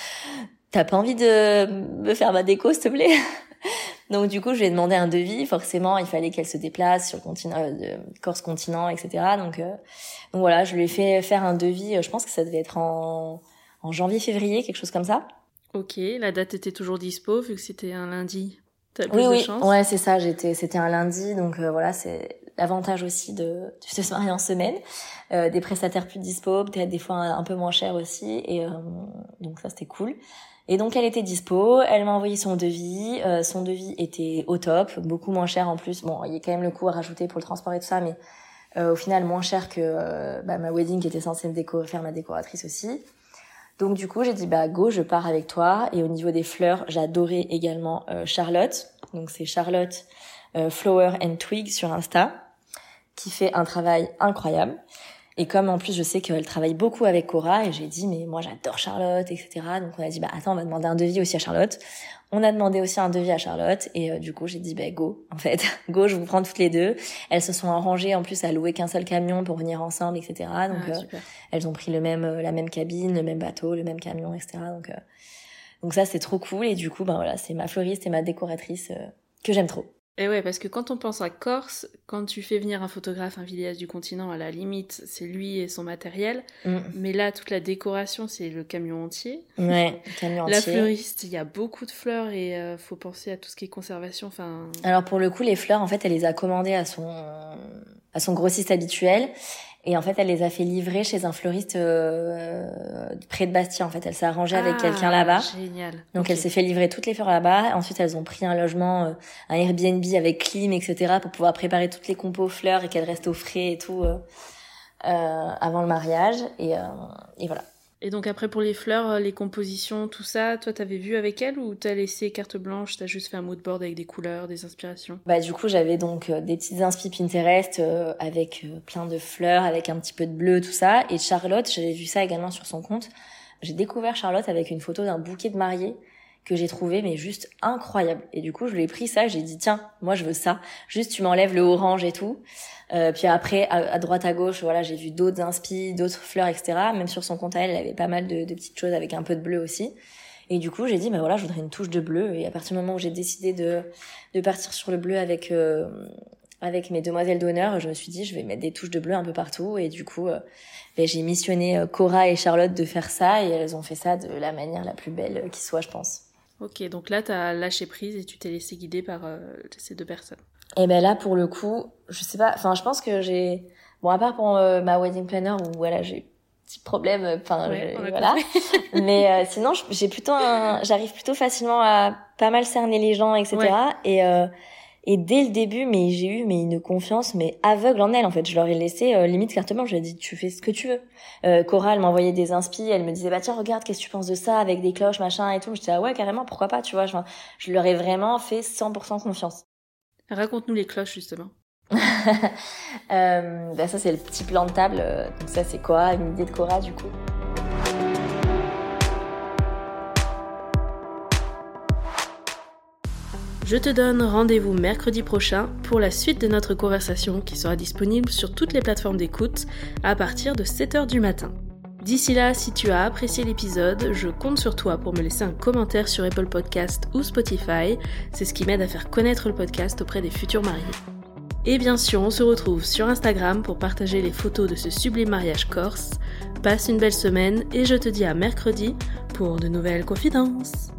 t'as pas envie de me faire ma déco s'il te plaît? Donc du coup je lui ai demandé un devis, forcément il fallait qu'elle se déplace sur le continent, Corse continent, etc. Donc voilà, je lui ai fait faire un devis, je pense que ça devait être en janvier-février, quelque chose comme ça. Ok, la date était toujours dispo vu que c'était un lundi. T'as plus de chance. Ouais, c'est ça, c'était un lundi, donc voilà, c'est l'avantage aussi de se marier en semaine. Des prestataires plus dispo, peut-être des fois un peu moins cher aussi, et donc ça c'était cool. Et donc elle était dispo, elle m'a envoyé son devis était au top, beaucoup moins cher en plus. Bon, il y a quand même le coût à rajouter pour le transport et tout ça, mais au final moins cher que ma wedding qui était censée faire ma décoratrice aussi. Donc du coup, j'ai dit go, je pars avec toi. Et au niveau des fleurs, j'adorais également Charlotte. Donc c'est Charlotte Flower and Twig sur Insta, qui fait un travail incroyable. Et comme en plus je sais qu'elle travaille beaucoup avec Cora, et j'ai dit mais moi j'adore Charlotte, etc. Donc on a dit attends, on va demander un devis aussi à Charlotte. On a demandé aussi un devis à Charlotte, et du coup j'ai dit go, en fait, go, je vous prends toutes les deux. Elles se sont arrangées en plus à louer qu'un seul camion pour venir ensemble, etc. Donc elles ont pris la même cabine, le même bateau, le même camion, etc. Donc ça c'est trop cool, et du coup voilà, c'est ma fleuriste et ma décoratrice que j'aime trop. Et ouais, parce que quand on pense à Corse, quand tu fais venir un photographe, un vidéaste du continent, à la limite, c'est lui et son matériel. Mais là, toute la décoration, c'est le camion entier. Ouais, le camion entier. La fleuriste, il y a beaucoup de fleurs et faut penser à tout ce qui est conservation. Alors pour le coup, les fleurs, en fait, elle les a commandées à son grossiste habituel. Et en fait, elle les a fait livrer chez un fleuriste près de Bastia. En fait, elle s'est arrangée avec quelqu'un là-bas. Génial. Donc, elle s'est fait livrer toutes les fleurs là-bas. Ensuite, elles ont pris un logement, un Airbnb avec clim, etc. pour pouvoir préparer toutes les compos fleurs et qu'elles restent au frais et tout avant le mariage. Et voilà. Et donc après pour les fleurs, les compositions, tout ça, toi t'avais vu avec elle ou t'as laissé carte blanche, t'as juste fait un mood board avec des couleurs, des inspirations? Du coup j'avais donc des petites inspi Pinterest avec plein de fleurs, avec un petit peu de bleu, tout ça. Et Charlotte, j'avais vu ça également sur son compte. j'ai découvert Charlotte avec une photo d'un bouquet de mariée que j'ai trouvé mais juste incroyable. Et du coup, je lui ai pris ça, j'ai dit tiens, moi je veux ça. Juste tu m'enlèves le orange et tout. Puis après, à droite à gauche, voilà, j'ai vu d'autres inspi, d'autres fleurs, etc. Même sur son compte à elle, elle avait pas mal de petites choses avec un peu de bleu aussi. Et du coup, j'ai dit voilà, je voudrais une touche de bleu. Et à partir du moment où j'ai décidé de partir sur le bleu avec mes demoiselles d'honneur, je me suis dit je vais mettre des touches de bleu un peu partout. Et du coup, j'ai missionné Cora et Charlotte de faire ça et elles ont fait ça de la manière la plus belle qui soit, je pense. Ok, donc là, t'as lâché prise et tu t'es laissé guider par ces 2 personnes. Et ben là, pour le coup, je sais pas, enfin, je pense que j'ai... Bon, à part pour ma wedding planner, où voilà, j'ai petit problème, enfin, voilà. Mais sinon, j'arrive plutôt facilement à pas mal cerner les gens, etc. Ouais. Et dès le début, mais j'ai eu une confiance aveugle en elle en fait. Je leur ai laissé limite carte blanche. Je lui ai dit tu fais ce que tu veux. Cora, elle m'envoyait des inspi, elle me disait tiens regarde qu'est-ce que tu penses de ça avec des cloches machin et tout. Je disais ouais carrément pourquoi pas tu vois. Je leur ai vraiment fait 100% confiance. Raconte-nous les cloches justement. Ça c'est le petit plan de table. Donc ça c'est Cora, une idée de Cora du coup. Je te donne rendez-vous mercredi prochain pour la suite de notre conversation qui sera disponible sur toutes les plateformes d'écoute à partir de 7h du matin. D'ici là, si tu as apprécié l'épisode, je compte sur toi pour me laisser un commentaire sur Apple Podcast ou Spotify. C'est ce qui m'aide à faire connaître le podcast auprès des futurs mariés. Et bien sûr, on se retrouve sur Instagram pour partager les photos de ce sublime mariage corse. Passe une belle semaine et je te dis à mercredi pour de nouvelles confidences.